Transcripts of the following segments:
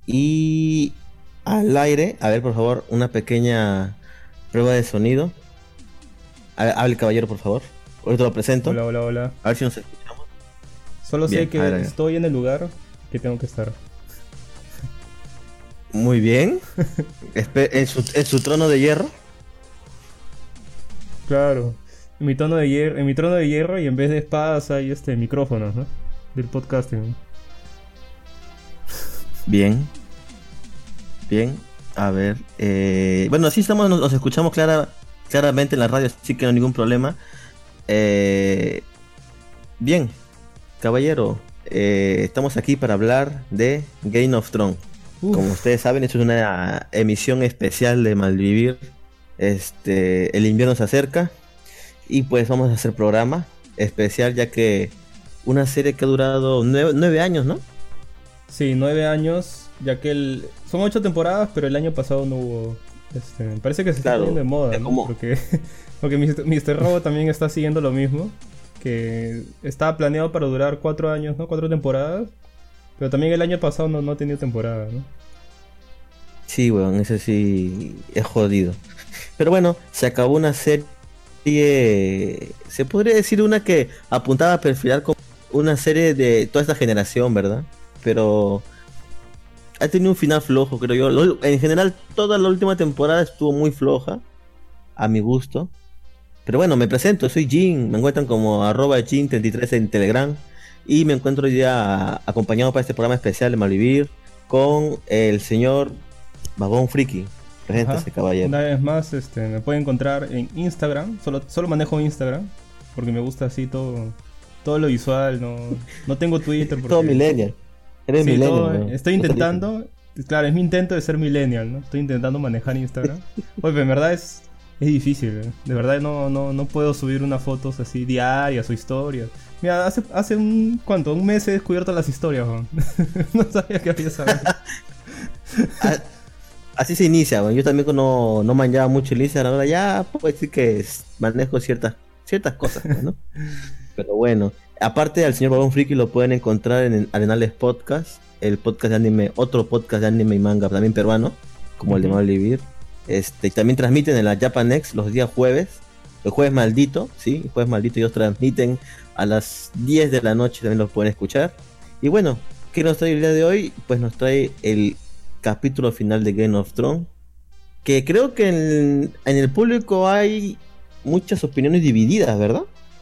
Y al aire, a ver por favor, una pequeña prueba de sonido. Hable caballero, por favor. Ahorita lo presento. Hola, hola, hola. A ver si nos escuchamos. Solo sé Bien, a ver, que a ver. estoy en el lugar que tengo que estar. Muy bien. En su trono de hierro. Claro. En mi trono de hierro y en vez de espadas hay micrófonos, ¿no? Del podcasting. Bien, bien. A ver. Bueno, así estamos, nos escuchamos claramente en la radio, así que no hay ningún problema. Eh, Bien, caballero. Estamos aquí para hablar de Game of Thrones. Como Uf, ustedes saben, esto es una emisión especial de Malvivir. El invierno se acerca y pues vamos a hacer programa especial ya que una serie que ha durado 9 años, ¿no? sí, 9 años, ya que son 8 temporadas, pero el año pasado no hubo. Parece que se está poniendo Claro, de moda, es ¿no? como, Porque Mr. Robot también está siguiendo lo mismo. Que estaba planeado para durar 4 años, ¿no? 4 temporadas. Pero también el año pasado no ha tenido temporada, ¿no? sí, weón, ese sí es jodido. Pero bueno, se acabó una serie, se podría decir una que apuntaba a perfilar como una serie de toda esta generación, ¿verdad? Pero ha tenido un final flojo, creo yo. En general, toda la última temporada estuvo muy floja, a mi gusto. Pero bueno, me presento, soy Jin, me encuentran como @Jin33 en Telegram. Y me encuentro hoy día acompañado para este programa especial de Malvivir con el señor Vagón Friki. Ajá. Preséntese, caballero. Una vez más, me pueden encontrar en Instagram. Solo manejo Instagram. Porque me gusta así todo lo visual. No tengo Twitter Todo porque... millennial. Eres Sí, millennial, weón. estoy No te eligen. intentando. Claro, es mi intento de ser millennial, ¿no? Estoy intentando manejar Instagram. Oye, pero en verdad es difícil, ¿eh? De verdad no puedo subir unas fotos así diarias o historias. Mira, hace ¿cuánto? Un mes he descubierto las historias, weón. No sabía que había sabido. A- Así se inicia, weón. Yo también no manejaba mucho el Instagram, ahora ya puedo decir que manejo ciertas cosas, pues, ¿no? Pero bueno, aparte al señor Babón Friki lo pueden encontrar en Arenales Podcast, el podcast de anime, otro podcast de anime y manga también peruano, como el de Ujú. Malvivir. Y también transmiten en la Japanex los días jueves, el jueves maldito, ¿sí? El jueves maldito ellos transmiten a las 10 de la noche, también los pueden escuchar. Y bueno, ¿qué nos trae el día de hoy? Pues nos trae el capítulo final de Game of Thrones, que creo que en el público hay muchas opiniones divididas, ¿verdad?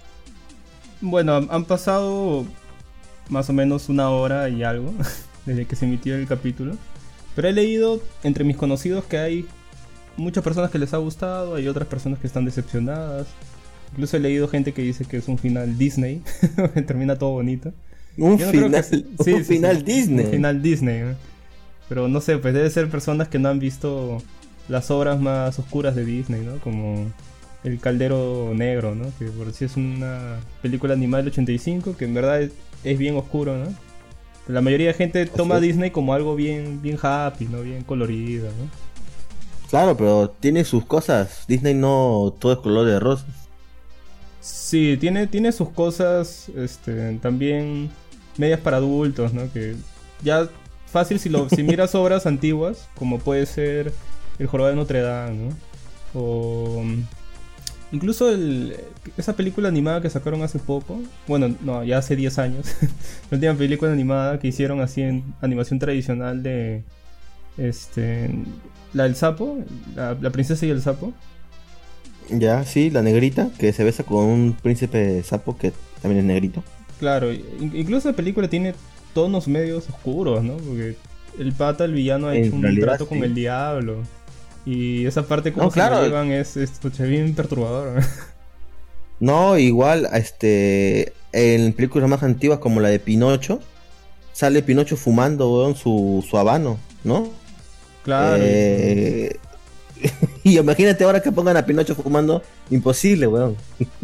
Bueno, han pasado más o menos una hora y algo desde que se emitió el capítulo. Pero he leído entre mis conocidos que hay muchas personas que les ha gustado, hay otras personas que están decepcionadas. Incluso he leído gente que dice que es un final Disney, que termina todo bonito. Un Yo no creo que... final, Sí, un sí, sí, final un Disney. final Disney, ¿no? Pero no sé, pues debe ser personas que no han visto las obras más oscuras de Disney, ¿no? Como El Caldero Negro, ¿no? Que por sí es una película animada del 85 que en verdad es bien oscuro, ¿no? La mayoría de gente Así toma a es. Disney como algo bien happy, ¿no? Bien colorido, ¿no? Claro, pero tiene sus cosas. Disney no todo es color de rosa. Sí, tiene sus cosas, también medias para adultos, ¿no? Que ya fácil si miras obras antiguas, como puede ser El Jorobado de Notre Dame, ¿no? O incluso esa película animada que sacaron hace poco, bueno, no, ya hace 10 años, la última película animada que hicieron así en animación tradicional de, este, la del sapo, la princesa y el sapo. Ya, sí, la negrita que se besa con un príncipe sapo que también es negrito. Claro, incluso la película tiene tonos medios oscuros, ¿no? Porque el pata, el villano, ha hecho En un realidad, trato con el sí. diablo. Y esa parte, No, cómo se la claro. llevan, pucha, bien perturbadora. No, igual, en películas más antiguas como la de Pinocho, sale Pinocho fumando, weón, su habano, ¿no? Claro, Eh, y imagínate ahora que pongan a Pinocho fumando, imposible, weón.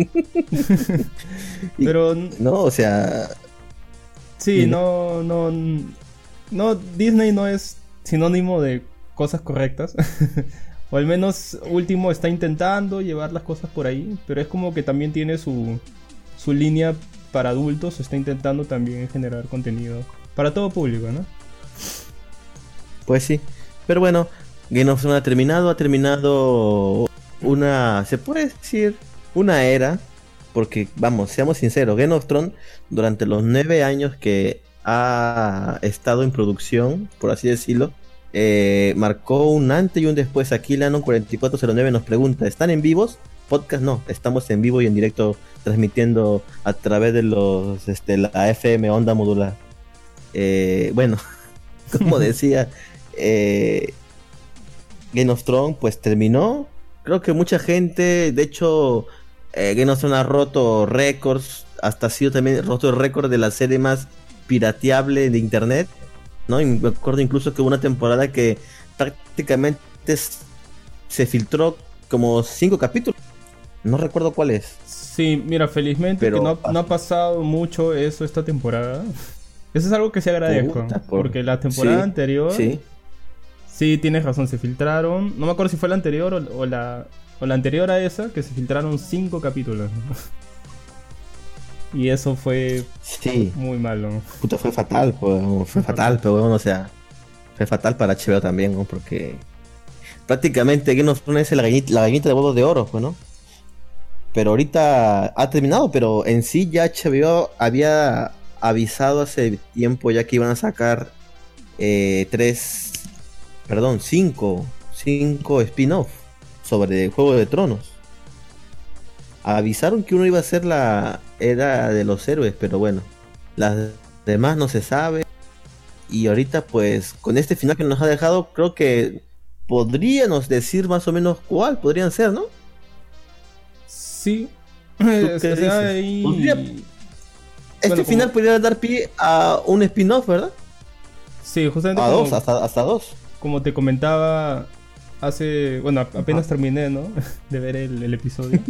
Y, pero no, o sea, sí, dime. no, Disney no es sinónimo de cosas correctas. O al menos último está intentando llevar las cosas por ahí, pero es como que también tiene su línea para adultos, está intentando también generar contenido para todo público, ¿no? Pues sí. Pero bueno, Game of Thrones ha terminado una, se puede decir, una era, porque vamos, seamos sinceros, Game of Thrones durante los 9 años que ha estado en producción, por así decirlo, marcó un antes y un después. Aquí Lanon 4409 nos pregunta, ¿están en vivos? Podcast no, estamos en vivo y en directo transmitiendo a través de la FM onda modular. Bueno, como decía, Game of Thrones pues terminó. Creo que mucha gente, de hecho, Game of Thrones ha roto récords, hasta ha sido también roto el récord de la serie más pirateable de internet, ¿no? Y me acuerdo incluso que hubo una temporada que prácticamente se filtró como 5 capítulos. No recuerdo cuál es. Sí, mira, felizmente pero que no ha pasado mucho eso esta temporada. Eso es algo que se agradezco. Porque la temporada anterior... Sí, tienes razón, se filtraron... No me acuerdo si fue la anterior o la anterior a esa, que se filtraron 5 capítulos. Y eso fue muy malo. Puta, fue fatal, pues, fue fatal, pero bueno, o sea... Fue fatal para HBO también, ¿no? Porque... Prácticamente Game of Thrones es la gallinita de huevos de oro, pues, ¿no? Pero ahorita ha terminado, pero en sí ya HBO había avisado hace tiempo ya que iban a sacar 5 spin-off sobre Juego de Tronos. Avisaron que uno iba a ser la era de los héroes, pero bueno, las demás no se sabe. Y ahorita pues con este final que nos ha dejado, creo que podríamos decir más o menos cuál podrían ser, ¿no? Sí. Este final podría dar pie a un spin-off, ¿verdad? Sí, justamente hasta dos. Como te comentaba apenas terminé, ¿no? De ver el episodio.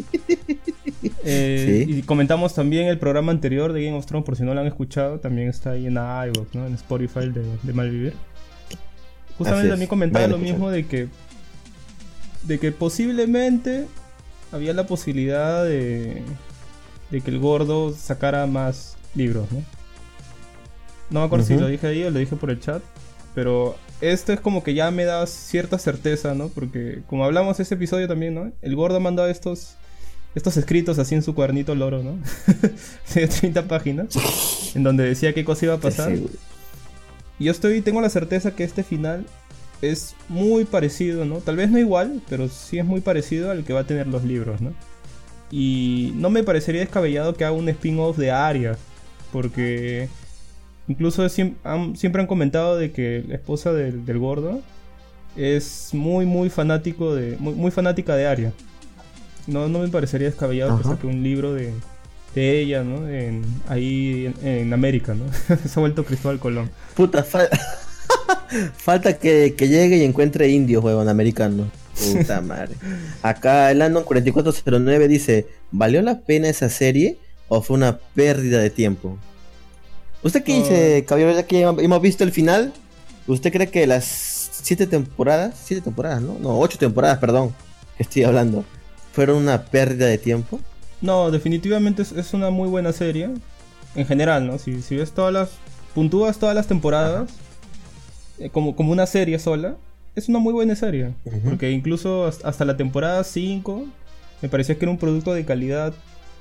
Y comentamos también el programa anterior de Game of Thrones, por si no lo han escuchado, también está ahí en iVoox, ¿no? En Spotify de Malvivir. Justamente también comentaba lo mismo de que posiblemente había la posibilidad de que el gordo sacara más libros, ¿no? No me acuerdo si lo dije ahí o lo dije por el chat, pero esto es como que ya me da cierta certeza, ¿no? Porque como hablamos ese episodio también, ¿no? El gordo mandó estos escritos así en su cuadernito loro, ¿no? De 30 páginas, en donde decía qué cosa iba a pasar. Y yo tengo la certeza que este final es muy parecido, ¿no? Tal vez no igual, pero sí es muy parecido al que va a tener los libros, ¿no? Y no me parecería descabellado que haga un spin-off de Arya, porque incluso siempre han comentado de que la esposa del gordo es muy fanático muy fanática de Arya. No me parecería descabellado que saque un libro de ella, ¿no? Ahí en América, ¿no? Se ha vuelto Cristóbal Colón. Puta, falta que llegue y encuentre indios, huevón, americanos. Puta madre. Acá el Anon 4409 dice: ¿valió la pena esa serie o fue una pérdida de tiempo? ¿Usted qué dice, caballero? Ya que hemos visto el final, ¿usted cree que las 7 temporadas, ¿no? No, 8 temporadas, perdón, que estoy hablando, fueron una pérdida de tiempo? No, definitivamente es una muy buena serie. En general, ¿no? Si ves puntúas todas las temporadas como una serie sola, es una muy buena serie. Porque incluso hasta la temporada 5 me parecía que era un producto de calidad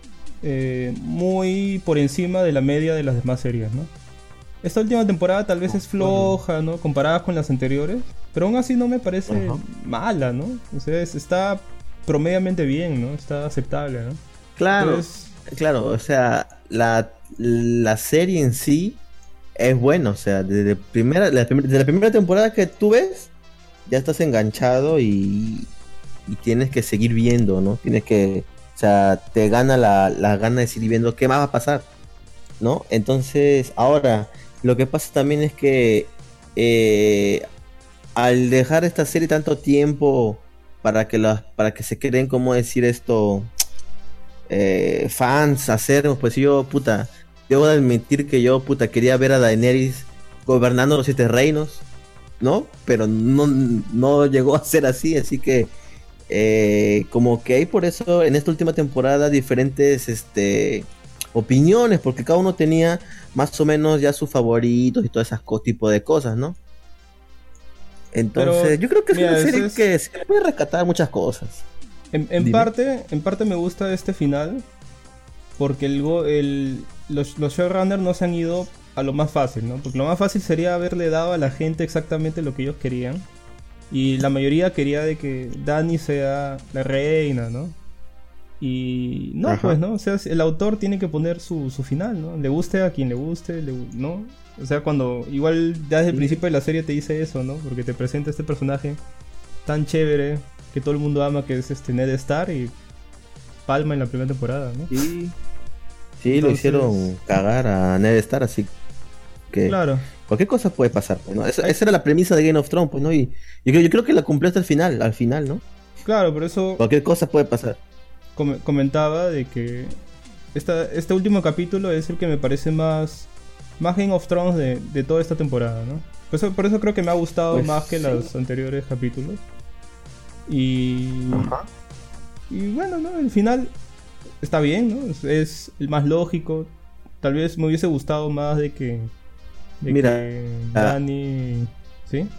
muy por encima de la media de las demás series, ¿no? Esta última temporada tal vez es floja, ¿no? Comparada con las anteriores, pero aún así no me parece mala, ¿no? O sea, está promediamente bien, ¿no? Está aceptable, ¿no? Claro, claro, o sea, la serie en sí es buena, o sea, desde la primera temporada que tú ves, ya estás enganchado y tienes que seguir viendo, ¿no? Tienes que, o sea, te gana la gana de seguir viendo qué más va a pasar, ¿no? Entonces, ahora, lo que pasa también es que al dejar esta serie tanto tiempo para que se creen, ¿cómo decir esto? Fans, hacernos, pues yo, puta, debo de admitir que yo, puta, quería ver a Daenerys gobernando los 7 reinos, ¿no? Pero no llegó a ser así que como que hay por eso en esta última temporada diferentes opiniones, porque cada uno tenía más o menos ya sus favoritos y todas esas tipo de cosas, ¿no? Entonces, yo creo que es mira, una serie que se puede rescatar muchas cosas. En parte me gusta este final porque los showrunners no se han ido a lo más fácil, ¿no? Porque lo más fácil sería haberle dado a la gente exactamente lo que ellos querían. Y la mayoría quería de que Dani sea la reina, ¿no? Y no, Ajá. pues, ¿no? O sea, el autor tiene que poner su final, ¿no? Le guste a quien le guste, ¿no? O sea, cuando igual ya desde el principio de la serie te dice eso, ¿no? Porque te presenta este personaje tan chévere que todo el mundo ama, que es Ned Stark, y palma en la primera temporada, ¿no? Sí, sí, lo Entonces, hicieron cagar a Ned Stark, así que claro, cualquier cosa puede pasar, pues, ¿no? Esa era la premisa de Game of Thrones, pues, ¿no? Y yo creo que la cumplió hasta el final, ¿no? claro, por eso Cualquier cosa puede pasar. comentaba de que este último capítulo es el que me parece más Game of Thrones de toda esta temporada, ¿no? Por eso creo que me ha gustado Pues, más que sí. los anteriores capítulos. Y, Ajá. y bueno, ¿no? El final está bien, ¿no? Es el más lógico. Tal vez me hubiese gustado más Mira, que Dani... ¿Sí?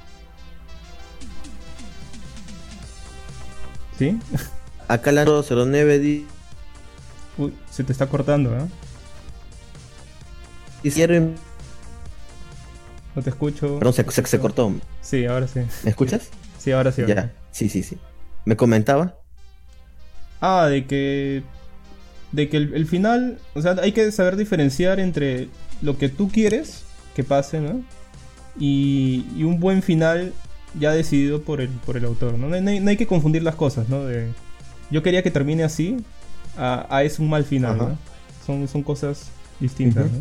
¿Sí? acá la 09 Uy, se te está cortando, ¿eh? hicieron... No te escucho. Perdón, se cortó. Sí, ahora sí. ¿Me escuchas? Sí, ahora sí. Ya, sí. ¿Me comentaba? Ah, de que el final, o sea, hay que saber diferenciar entre lo que tú quieres que pase, ¿no? Y un buen final ya decidido por el autor, ¿no? No hay que confundir las cosas, ¿no? Yo quería que termine así, a es un mal final, Ajá. ¿no? Son cosas distintas, Ujú. ¿no?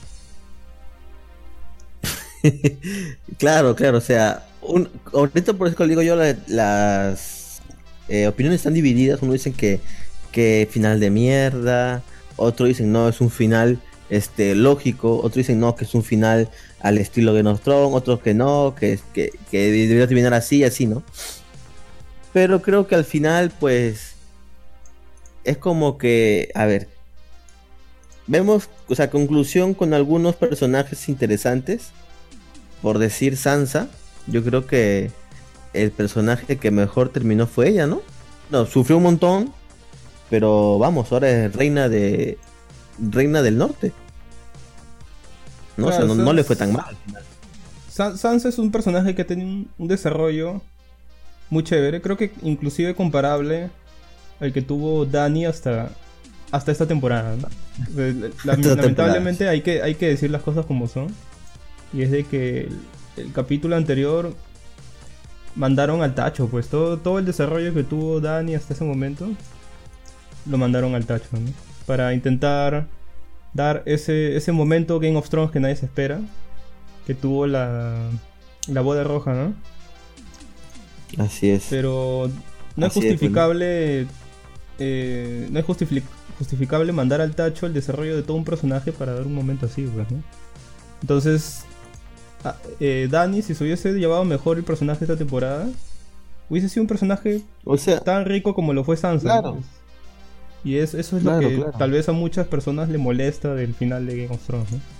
Claro, o sea, ahorita por eso digo yo, las opiniones están divididas. Uno dicen que final de mierda, otro dicen no, es un final lógico, otro dicen no, que es un final al estilo de Nostromo, otros que no, que debería terminar así, así, ¿no? Pero creo que al final, pues, es como que, a ver, vemos, o sea, conclusión con algunos personajes interesantes. Por decir Sansa, yo creo que el personaje que mejor terminó fue ella, ¿no? No, sufrió un montón, pero vamos, ahora es reina del norte, ¿no? O sea, Claro, no le fue tan mal al final. Sansa es un personaje que tiene un desarrollo muy chévere, creo que inclusive comparable al que tuvo Dani hasta esta temporada, ¿no? Esta Lamentablemente hay que decir las cosas como son. Y es de que el capítulo anterior mandaron al tacho, pues todo el desarrollo que tuvo Dani hasta ese momento lo mandaron al tacho, ¿no? Para intentar dar ese momento Game of Thrones que nadie se espera, que tuvo la boda roja, ¿no? Así es. Pero no es Así es, justificable no es justificable mandar al tacho el desarrollo de todo un personaje para dar un momento así, pues, ¿no? Entonces Dani, si se hubiese llevado mejor el personaje esta temporada, hubiese sido un personaje O sea, tan rico como lo fue Sansa, ¿no? claro, Y eso es claro, lo que claro. tal vez a muchas personas le molesta del final de Game of Thrones, ¿no?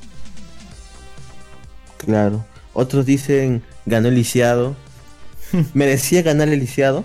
Claro. Otros dicen ganó el lisiado. ¿Merecía ganar el lisiado?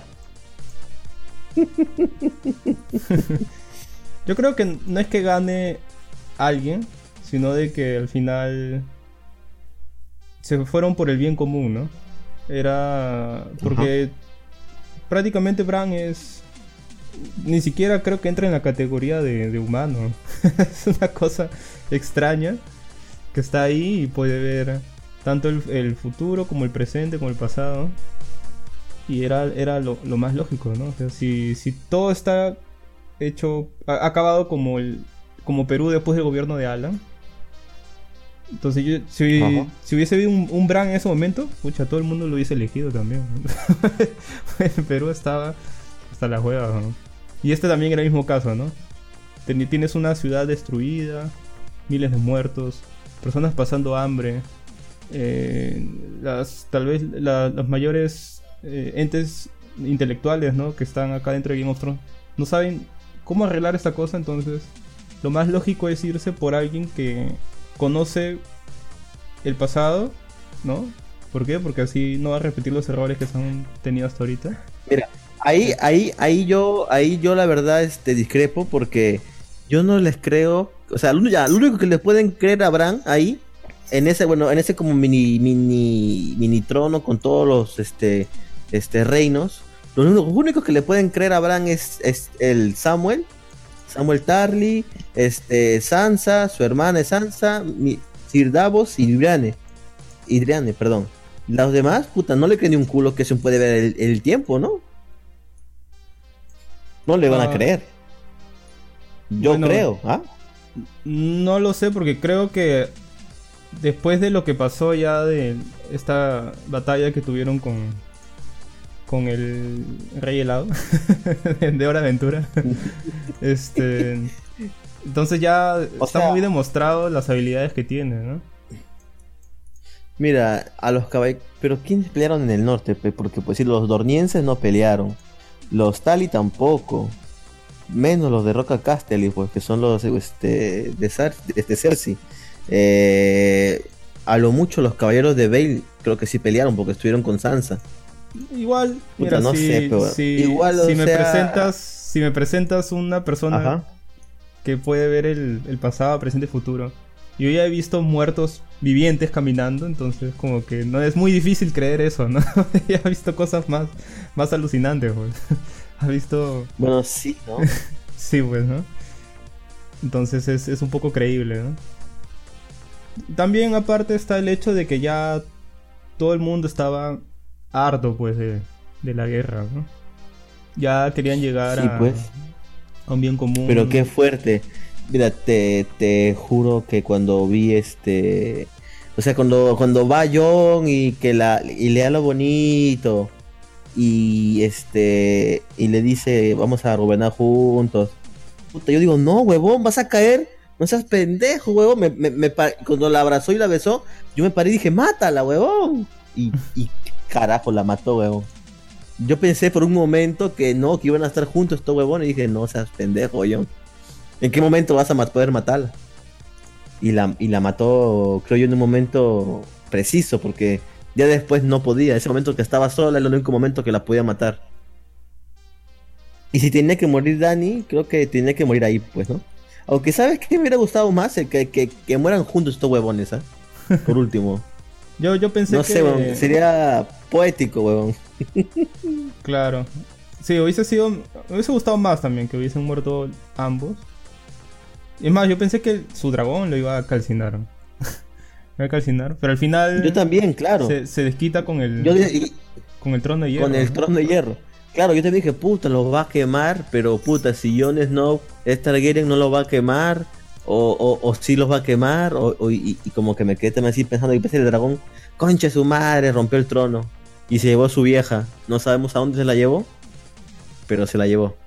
Yo creo que no es que gane alguien, sino de que al final se fueron por el bien común, ¿no? Era porque prácticamente Bran ni siquiera creo que entra en la categoría de humano. Es una cosa extraña que está ahí y puede ver tanto el futuro como el presente como el pasado. Y era lo más lógico, ¿no? O sea, si todo está hecho, ha acabado como Perú después del gobierno de Alan. Entonces si hubiese habido un Bran en ese momento, pucha, todo el mundo lo hubiese elegido también, ¿no? En Perú estaba hasta la juega, ¿no? Y este también era el mismo caso, ¿no? Tienes una ciudad destruida, miles de muertos, personas pasando hambre, tal vez los mayores entes intelectuales, ¿no? Que están acá dentro de Game of Thrones no saben cómo arreglar esta cosa. Entonces lo más lógico es irse por alguien que conoce el pasado, ¿no? ¿Por qué? Porque así no va a repetir los errores que se han tenido hasta ahorita. Mira, ahí yo la verdad discrepo porque yo no les creo, o sea, lo único que le pueden creer a Bran ahí, en ese como mini trono con todos los reinos, lo único que le pueden creer a Bran es el Samuel Tarly, Sansa, su hermana es Sansa, Sir Davos y Brienne, perdón. Los demás, puta, no le creen ni un culo que se puede ver el tiempo, ¿no? No le van a creer. Yo bueno, creo, ¿ah? No lo sé porque creo que después de lo que pasó ya de esta batalla que tuvieron con el Rey Helado de Hora de Aventura, entonces ya está muy demostrado las habilidades que tiene, ¿no? Mira, a los caballeros, pero ¿quiénes pelearon en el norte? Porque pues sí, los dornienses no pelearon, los Tali tampoco, menos los de Roca Casterly, pues que son los de Cersei. A lo mucho los caballeros de Vale creo que sí pelearon porque estuvieron con Sansa. Igual, puta, mira, no sé, pero igual, si me presentas una persona, ajá, que puede ver el pasado, presente y futuro. Yo ya he visto muertos vivientes caminando, entonces como que no es muy difícil creer eso, ¿no? Ya he visto cosas más alucinantes, pues. ¿Has visto? Bueno, sí, ¿no? Sí, pues, ¿no? Entonces es un poco creíble, ¿no? También aparte está el hecho de que ya todo el mundo estaba harto, pues, de la guerra, ¿no? Ya querían llegar sí, pues, a un bien común. Pero qué fuerte. Mira, te juro que cuando vi o sea, cuando va Jon y le da lo bonito y y le dice vamos a gobernar juntos. Puta, yo digo, no, huevón, vas a caer, no seas pendejo, huevón. Cuando la abrazó y la besó, yo me paré y dije, mátala, huevón. Y carajo, la mató, huevón. Yo pensé por un momento que iban a estar juntos estos huevones y dije, no seas pendejo, Jon. ¿En qué momento vas a poder matarla? Y la mató, creo yo, en un momento preciso, porque ya después no podía. Ese momento que estaba sola era el único momento que la podía matar. Y si tenía que morir Dany, creo que tenía que morir ahí, pues, ¿no? Aunque, ¿sabes qué? Me hubiera gustado más que mueran juntos estos huevones, ¿ah? ¿eh? Por último. Yo pensé no sé, huevón, sería poético, huevón. Claro. Sí, me hubiese gustado más también que hubiesen muerto ambos. Es más, yo pensé que su dragón lo iba a calcinar. Pero al final... Yo también, claro. Se desquita con el trono de hierro. Con el trono de hierro. Claro, yo te dije, puta, lo va a quemar, pero puta, si Jon Snow es Targaryen no lo va a quemar, o sí los va a quemar, y como que me quedé también así pensando, y pensé el dragón, concha su madre, rompió el trono, y se llevó a su vieja. No sabemos a dónde se la llevó, pero se la llevó.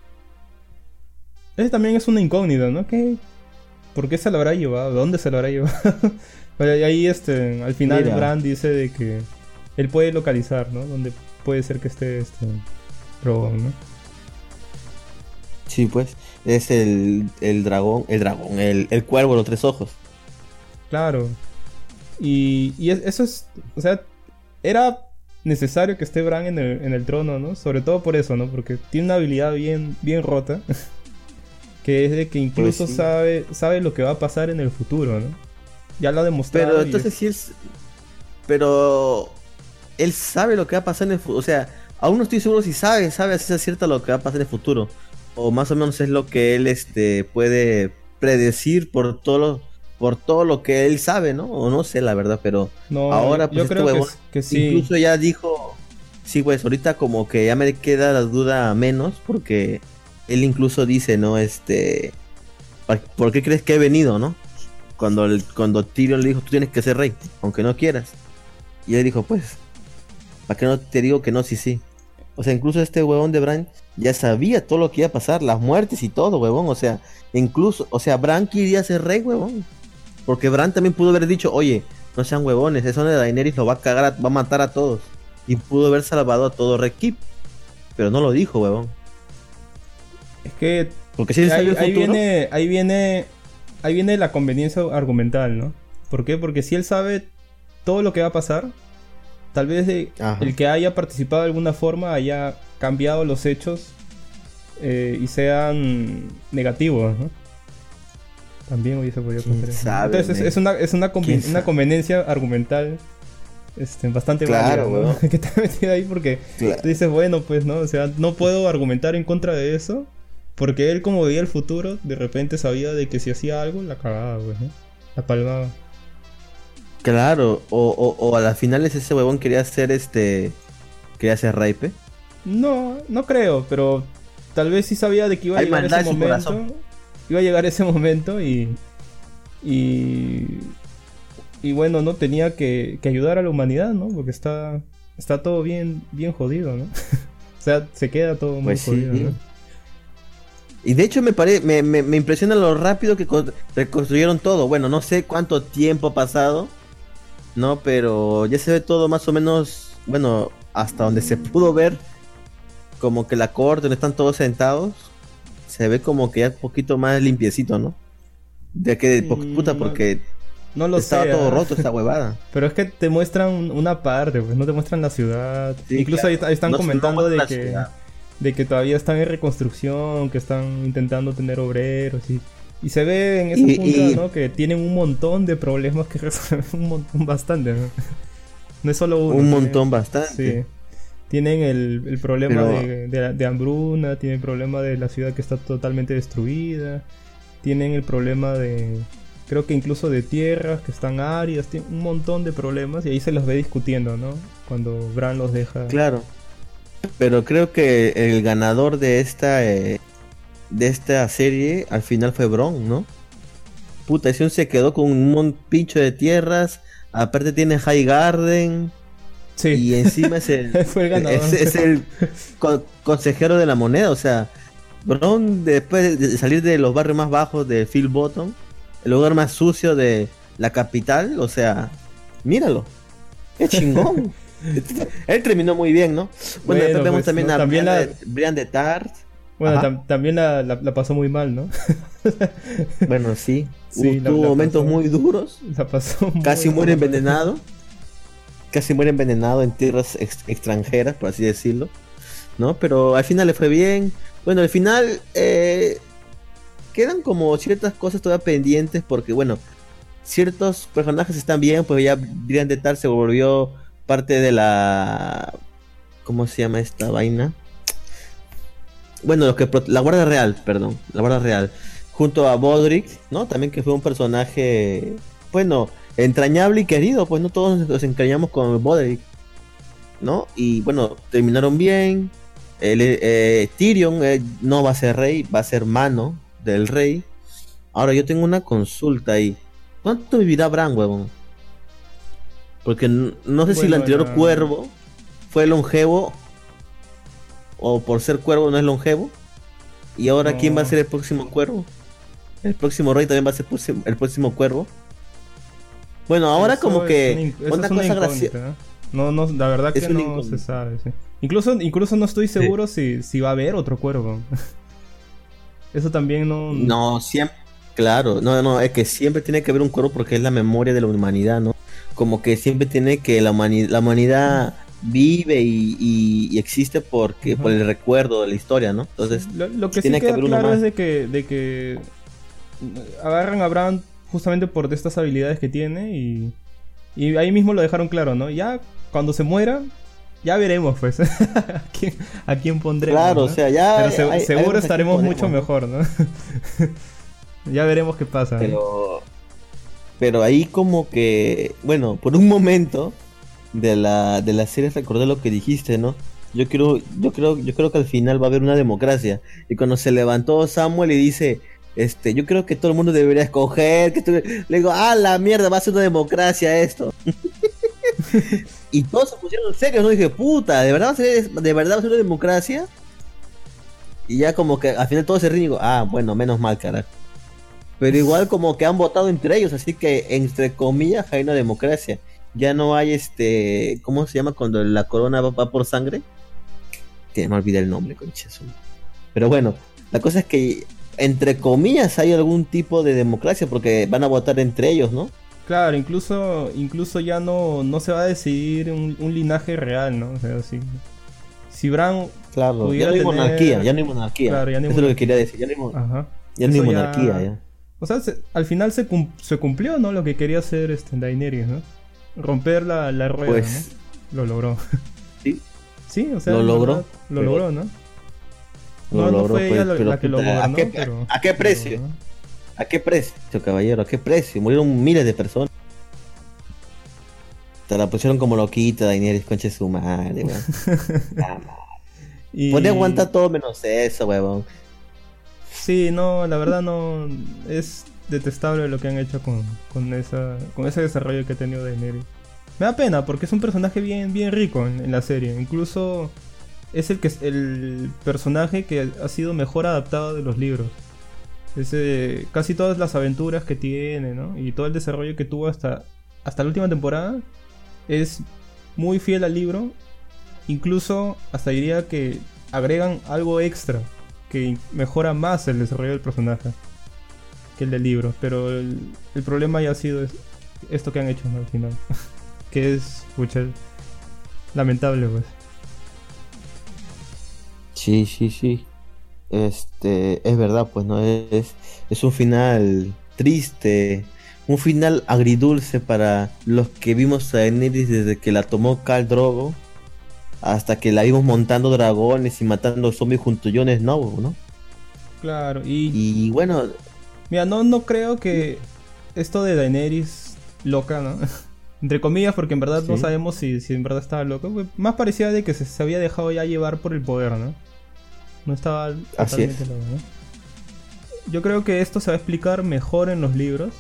Ese también es una incógnita, ¿no? ¿Por qué se lo habrá llevado? ¿Dónde se lo habrá llevado? Pero ahí al final Bran dice de que él puede localizar, ¿no? Donde puede ser que esté dragón, ¿no? Sí, pues, es el dragón, el cuervo de los tres ojos. Claro. Y eso es, o sea, era necesario que esté Bran en el trono, ¿no? Sobre todo por eso, ¿no? Porque tiene una habilidad bien rota. Que es de que incluso pues sí, sabe lo que va a pasar en el futuro, ¿no? Ya lo ha demostrado. Pero entonces sí es... Pero... Él sabe lo que va a pasar en el futuro. O sea, aún no estoy seguro si sabe a ciencia cierta lo que va a pasar en el futuro. O más o menos es lo que él puede predecir por todo lo que él sabe, ¿no? O no sé la verdad, pero... No, ahora pues yo creo que sí. Incluso ya dijo... Sí, pues ahorita como que ya me queda la duda menos porque... Él incluso dice, ¿no? ¿Por qué crees que he venido, no? Cuando Tyrion le dijo, tú tienes que ser rey, aunque no quieras. Y él dijo, pues, ¿para qué no te digo que no? Sí. O sea, incluso este huevón de Bran ya sabía todo lo que iba a pasar, las muertes y todo, huevón. O sea, Bran quería ser rey, huevón. Porque Bran también pudo haber dicho, oye, no sean huevones, eso de Daenerys lo va a cagar, va a matar a todos. Y pudo haber salvado a todo Red Keep. Pero no lo dijo, huevón. Es que porque si ahí viene la conveniencia argumental, ¿no? ¿Por qué? Porque si él sabe todo lo que va a pasar, tal vez Ajá. el que haya participado de alguna forma haya cambiado los hechos y sean negativos, ¿no? También hubiese podido ¿Quién pasar eso. sabe, Entonces men? es una, ¿Quién una sabe? conveniencia argumental bastante válida, Claro, ¿no? weón. Que está metido ahí porque Claro. tú dices, bueno, pues, ¿no? O sea, no puedo argumentar en contra de eso porque él, como veía el futuro, de repente sabía de que si hacía algo, la cagaba, pues, ¿no? La palmaba. Claro, o a las finales ese huevón quería ser Raipe. No, no creo, pero tal vez sí sabía de que iba a Hay llegar maldad ese en su momento. corazón. Iba a llegar ese momento y, y bueno, no tenía que ayudar a la humanidad, ¿no? Porque está todo bien, bien jodido, ¿no? O sea, se queda todo muy Pues jodido, sí. ¿no? Y de hecho me impresiona lo rápido que reconstruyeron todo. Bueno, no sé cuánto tiempo ha pasado, ¿no? Pero ya se ve todo más o menos, bueno, hasta donde se pudo ver, como que la corte, donde están todos sentados, se ve como que ya un poquito más limpiecito, ¿no? De que, puta, No, porque no lo estaba sé, todo ¿ah? roto esta huevada. Pero es que te muestran una parte, pues no te muestran la ciudad. Sí, Incluso claro. ahí están No, comentando no de la que ciudad. todavía están en reconstrucción, que están intentando tener obreros y se ve en esa Y, punta, y ¿no? Que tienen un montón de problemas que resolver, un montón, bastante, ¿no? No es solo uno. un Tienen, montón bastante. sí. Tienen el problema Pero de hambruna, tienen el problema de la ciudad que está totalmente destruida, tienen el problema de, creo que incluso de tierras que están áridas, tienen un montón de problemas y ahí se los ve discutiendo, ¿no? Cuando Bran los deja. claro. Pero creo que el ganador de esta serie al final fue Bron, ¿no? Puta, ese se quedó con un pincho de tierras. Aparte tiene High Garden. Sí, Y encima es fue el ganador. es el consejero de la moneda. O sea, Bron, después de salir de los barrios más bajos de Phil Bottom, el lugar más sucio de la capital, o sea, míralo. Es chingón. Él terminó muy bien, ¿no? Bueno, después vemos pues, también ¿no? a También Brian de Tart. bueno, Ajá. también la pasó muy mal, ¿no? Bueno, sí. Sí, Tuvo momentos pasó- muy duros. La pasó Casi muy muere mal. envenenado. Casi muere envenenado en tierras extranjeras, por así decirlo. ¿No? Pero al final le fue bien. Bueno, al final quedan como ciertas cosas todavía pendientes porque, bueno, ciertos personajes están bien, pues ya Brian de Tar se volvió parte de la... ¿Cómo se llama esta vaina? Bueno, la Guardia Real, perdón, la Guardia Real, junto a Bodrick, ¿no? También que fue un personaje, bueno, entrañable y querido, pues no todos nos encariñamos con Bodrick, ¿no? Y bueno, terminaron bien. Tyrion no va a ser rey, va a ser mano del rey. Ahora yo tengo una consulta ahí. ¿Cuánto vivirá Bran, huevón? Porque no sé si el Bueno, anterior cuervo fue longevo o por ser cuervo no es longevo. Y ahora ¿quién va a No. ser el próximo cuervo? El próximo rey también va a ser el próximo cuervo. Bueno, ahora Eso como es que eso una es una cosa incógnita, graciosa. ¿no? No, la verdad Es que una no incógnita. se sabe, sí. Incluso no estoy seguro si va a haber otro cuervo. Eso también no... No, siempre. Claro, no, es que siempre tiene que haber un cuervo porque es la memoria de la humanidad, ¿no? Como que siempre tiene que la humanidad vive y existe porque Ajá. por el recuerdo de la historia, ¿no? Entonces, Lo que sí tiene que queda haber uno claro más. es de que agarran a Bran justamente por de estas habilidades que tiene y ahí mismo lo dejaron claro, ¿no? Ya cuando se muera, ya veremos pues a quién pondremos, Claro, ¿no? o sea, ya Pero hay seguro vemos a quién estaremos mucho ponemos, ¿no? mejor, ¿no? Ya veremos qué pasa, ¿no? Pero ahí como que, bueno, por un momento de la serie recordé lo que dijiste, ¿no? Yo creo que al final va a haber una democracia. Y cuando se levantó Samuel y dice, yo creo que todo el mundo debería escoger, le digo, ah, la mierda, va a ser una democracia esto. Y todos se pusieron serios, ¿no? Y dije, puta, ¿de verdad va a ser una democracia? Y ya como que al final todos se ríen y digo, ah, bueno, menos mal, carajo. Pero igual como que han votado entre ellos, así que entre comillas hay una democracia. Ya no hay ¿cómo se llama cuando la corona va por sangre? Que me olvidé el nombre, conchazo. Pero bueno, la cosa es que entre comillas hay algún tipo de democracia porque van a votar entre ellos, ¿no? Claro, incluso ya no se va a decidir un linaje real, ¿no? O sea, si Bran Claro, pudiera tener... ya no hay monarquía. Claro, ya no hay Eso es lo monarquía. que quería decir, Ajá. ya no hay Eso monarquía, ya. O sea, al final se cumplió, ¿no? Lo que quería hacer Daenerys, ¿no? Romper la rueda, Pues, ¿no? Lo logró. sí, Sí, o sea, lo en logró. verdad, lo logró, ¿no? Lo No logró, fue ella pues, pero la que lo puta, gobernó, ¿a pero... qué precio? pero, ¿no? ¿A qué precio, caballero? ¿A qué precio? Murieron miles de personas. Te la pusieron como loquita, Daenerys, concha de su madre, weón. Ah, madre. Y... Podía aguantar todo menos eso, weón. Sí, no, la verdad no... Es detestable lo que han hecho con ese desarrollo que ha tenido Daenerys. Me da pena porque es un personaje bien rico en la serie. Incluso es el personaje que ha sido mejor adaptado de los libros. Casi todas las aventuras que tiene, ¿no? Y todo el desarrollo que tuvo hasta la última temporada es muy fiel al libro. Incluso hasta diría que agregan algo extra que mejora más el desarrollo del personaje que el del libro. Pero el problema ya ha sido esto que han hecho, ¿no? Al final. Que es, pucha, lamentable, pues. Sí. Es verdad, pues no es un final triste, un final agridulce para los que vimos a Daenerys desde que la tomó Khal Drogo hasta que la vimos montando dragones y matando zombies junto a Jon Snow, ¿no? Claro, y bueno, mira, no creo que esto de Daenerys loca, ¿no? Entre comillas, porque en verdad no sabemos si en verdad estaba loca. Más parecía de que se había dejado ya llevar por el poder, ¿no? No estaba totalmente loca, ¿no? Yo creo que esto se va a explicar mejor en los libros.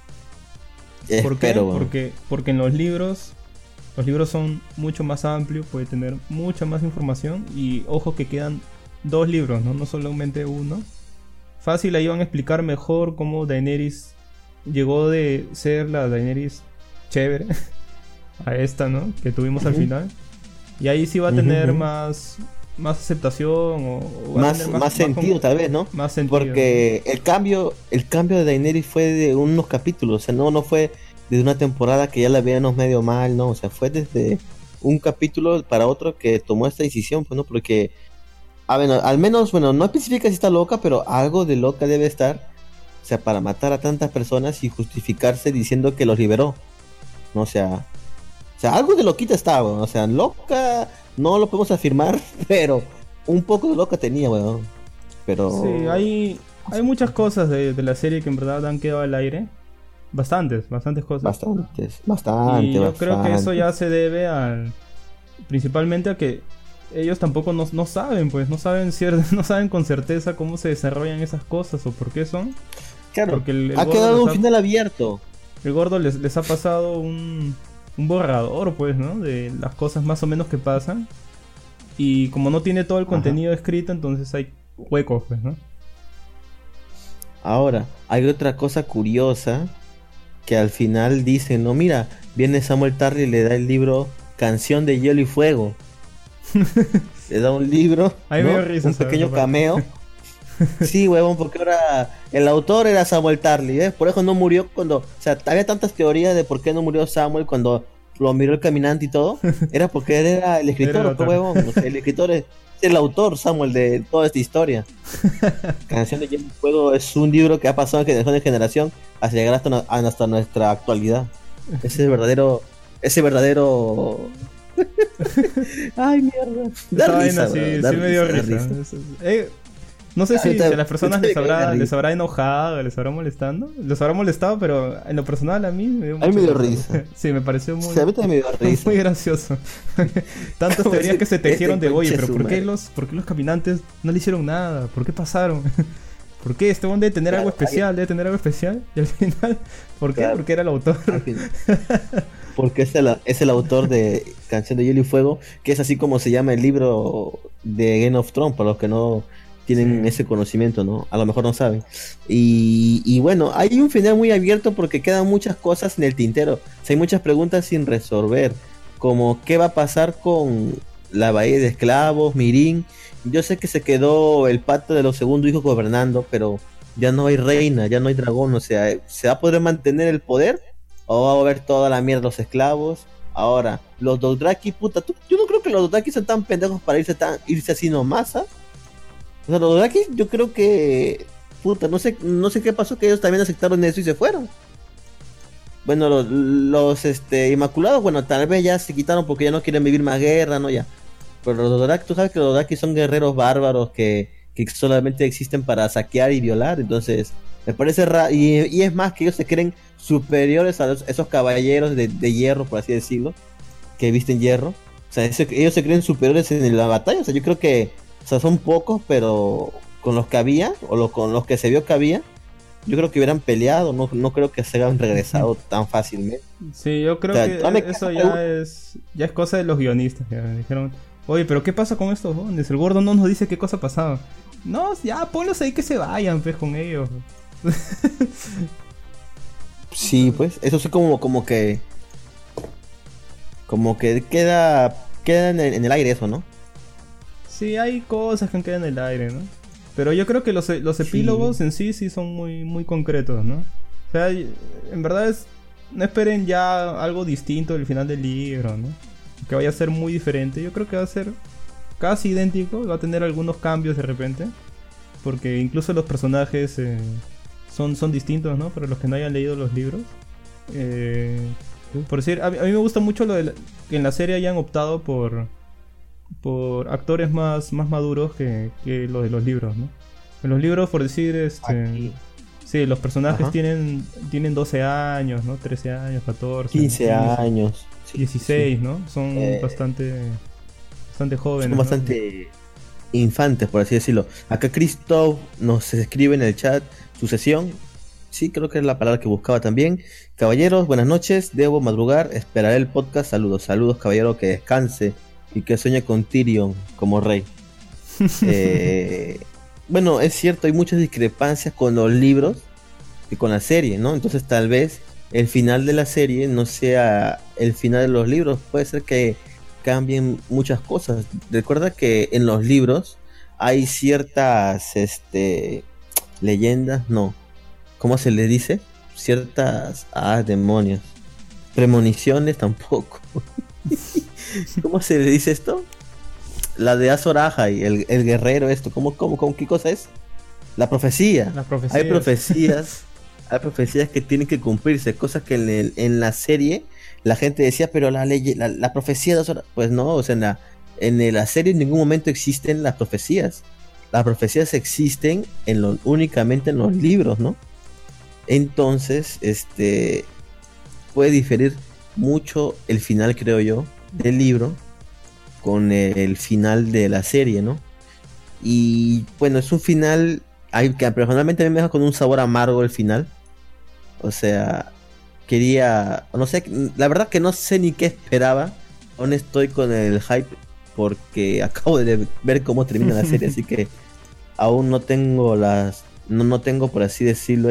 ¿Por qué? Porque en los libros son mucho más amplios, puede tener mucha más información. Y ojo que quedan 2 libros, ¿no? No solamente uno. Fácil, ahí van a explicar mejor cómo Daenerys llegó de ser la Daenerys chévere a esta, ¿no? Que tuvimos al final. Y ahí sí va a tener más aceptación o más sentido, tal vez, ¿no? Más sentido. Porque el cambio de Daenerys fue de unos capítulos, o sea, no fue desde una temporada que ya la veíamos medio mal, ¿no? O sea, fue desde un capítulo para otro que tomó esta decisión, pues, ¿no? Porque, al menos, no especifica si está loca, pero algo de loca debe estar, o sea, para matar a tantas personas y justificarse diciendo que los liberó, ¿no? O sea, algo de loquita estaba, o sea, loca no lo podemos afirmar, pero un poco de loca tenía, weón. Pero sí, hay muchas cosas de la serie que en verdad han quedado al aire. Bastantes cosas. Bastante. Y yo creo que eso ya se debe principalmente a que ellos tampoco no saben, pues, no saben con certeza cómo se desarrollan esas cosas o por qué son. Claro, porque ha quedado un final abierto. El gordo les ha pasado un borrador, pues, ¿no? De las cosas más o menos que pasan. Y como no tiene todo el contenido escrito, entonces hay huecos, pues, ¿no? Ahora, hay otra cosa curiosa que al final dice, no, mira, viene Samuel Tarly y le da el libro Canción de Hielo y Fuego. Le da un libro, ahí me dio risa, un pequeño cameo. Sí, huevón, porque ahora el autor era Samuel Tarly, ¿eh? Por eso no murió cuando... O sea, había tantas teorías de por qué no murió Samuel cuando lo miró el caminante y todo. Era porque él era el escritor, huevón. O sea, el escritor es el autor, Samuel, de toda esta historia. Canción de Hielo y Fuego es un libro que ha pasado de generación en generación hasta llegar hasta nuestra actualidad. Ese verdadero... Ay, mierda. Da risa, sí me dio risa. No sé si a las personas les habrá enojado, les habrá molestado, pero en lo personal a mí me dio me dio risa. Sí, me pareció muy, a mí también me dio risa. Muy gracioso. Tantas teorías que se tejieron de, oye, pero ¿por qué los caminantes no le hicieron nada? ¿Por qué pasaron? ¿Por qué? Este hombre debe tener algo especial, Y al final, ¿por qué? Claro. Porque era el autor. Porque es el autor de Canción de Hielo y Fuego, que es así como se llama el libro de Game of Thrones, para los que no tienen ese conocimiento, ¿no? A lo mejor no saben. Y bueno, hay un final muy abierto porque quedan muchas cosas en el tintero. O sea, hay muchas preguntas sin resolver, como ¿qué va a pasar con la bahía de esclavos, Mirin? Yo sé que se quedó el pacto de los segundos hijos gobernando, pero ya no hay reina, ya no hay dragón, o sea, ¿se va a poder mantener el poder? o va a haber toda la mierda de los esclavos. Ahora, los Dothraki, puta, yo no creo que los Dothraki son tan pendejos para irse así nomás, ¿ah? O sea, los Dothraki, yo creo que, puta, no sé qué pasó, que ellos también aceptaron eso y se fueron. Bueno, los Inmaculados, bueno, tal vez ya se quitaron porque ya no quieren vivir más guerra, ¿no? Ya. Pero los Dothraki, tú sabes que los Dothraki son guerreros bárbaros que solamente existen para saquear y violar, entonces me parece raro, y es más que ellos se creen superiores a esos caballeros de hierro, por así decirlo, que visten hierro. O sea, ellos se creen superiores en la batalla, o sea, yo creo que, o sea, son pocos, pero con los que había, con los que se vio que había, yo creo que hubieran peleado, no creo que se hayan regresado tan fácilmente. Sí, yo creo O sea, que eso ya es cosa de los guionistas. Ya dijeron, oye, pero ¿qué pasa con estos jóvenes? El gordo no nos dice qué cosa pasaba. No, ya, ponlos ahí que se vayan, pues, con ellos. Sí, pues, eso sí como que queda en el aire eso, ¿no? Sí, hay cosas que quedan en el aire, ¿no? Pero yo creo que los epílogos en sí son muy, muy concretos, ¿no? O sea, en verdad no esperen ya algo distinto del final del libro, ¿no? Que vaya a ser muy diferente. Yo creo que va a ser casi idéntico, va a tener algunos cambios de repente. Porque incluso los personajes son distintos, ¿no? Para los que no hayan leído los libros. Por decir, a mí me gusta mucho que en la serie hayan optado por actores más maduros que los de los libros, ¿no? En los libros, por decir, sí, los personajes tienen 12 años, ¿no? 13 años, 14, 15 15, años, 16, sí. ¿No? Son bastante jóvenes. Son bastante, ¿no?, infantes, por así decirlo. Acá Christoph nos escribe en el chat: sucesión. Sí, creo que es la palabra que buscaba también. Caballeros, buenas noches. Debo madrugar, esperaré el podcast. Saludos, caballero, que descanse y que sueñe con Tyrion como rey. Bueno, es cierto, hay muchas discrepancias con los libros y con la serie, ¿no? Entonces tal vez el final de la serie no sea el final de los libros. Puede ser que cambien muchas cosas. Recuerda que en los libros hay ciertas leyendas, no, ¿cómo se le dice? Ciertas, demonios, premoniciones tampoco. ¿Cómo se le dice esto? La de Azor Ahai, el guerrero, esto, ¿cómo, qué cosa es? La profecía. Hay profecías que tienen que cumplirse, cosas que en la serie la gente decía, pero la profecía de Azor Ahai, pues no, o sea, en la serie en ningún momento existen las profecías. Las profecías existen únicamente en los libros, ¿no? Entonces, puede diferir mucho el final, creo yo, del libro con el final de la serie, ¿no? Y bueno, es un final que personalmente a mí me deja con un sabor amargo el final. O sea, no sé, la verdad que no sé ni qué esperaba. Aún estoy con el hype porque acabo de ver cómo termina la serie, así que aún no tengo no tengo, por así decirlo,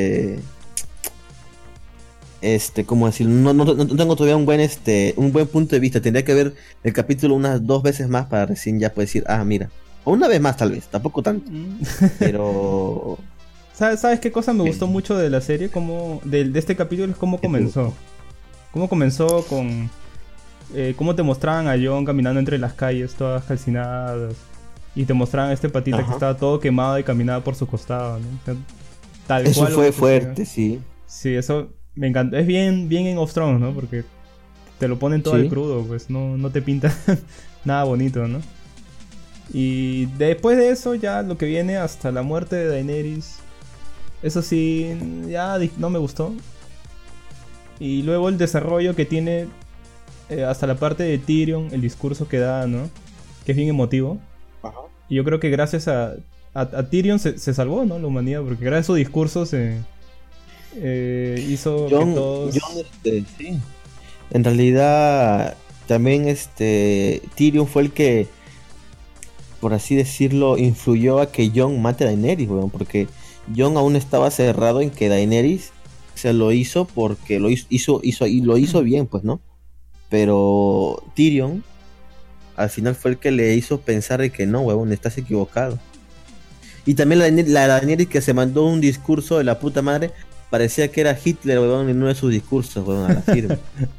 ¿cómo decirlo? No tengo todavía un buen punto de vista. Tendría que ver el capítulo unas 2 veces más para recién ya poder decir, mira. O una vez más tal vez, tampoco tanto. Pero... ¿Sabes qué cosa me gustó mucho de la serie? De este capítulo es cómo comenzó. Cómo comenzó con... cómo te mostraban a Jon caminando entre las calles todas calcinadas. Y te mostraban a este patita que estaba todo quemado y caminaba por su costado, ¿no? O sea, eso fue fuerte, sí. Sí, eso me encantó. Es bien en of Thrones, ¿no? Porque te lo ponen todo al crudo, pues no te pinta nada bonito, ¿no? Y después de eso ya lo que viene hasta la muerte de Daenerys, eso sí, ya no me gustó. Y luego el desarrollo que tiene hasta la parte de Tyrion, el discurso que da, ¿no? Que es bien emotivo. Ajá. Y yo creo que gracias a Tyrion se salvó, ¿no? La humanidad, porque gracias a su discurso hizo que todos... sí. En realidad también Tyrion fue el que, por así decirlo, influyó a que Jon mate a Daenerys, weón, porque Jon aún estaba cerrado en que Daenerys se lo hizo porque lo hizo bien, pues, ¿no? Pero Tyrion al final fue el que le hizo pensar de que no, huevón, estás equivocado. Y también la Daenerys que se mandó un discurso de la puta madre parecía que era Hitler, weón, en uno de sus discursos, weón, a la firme.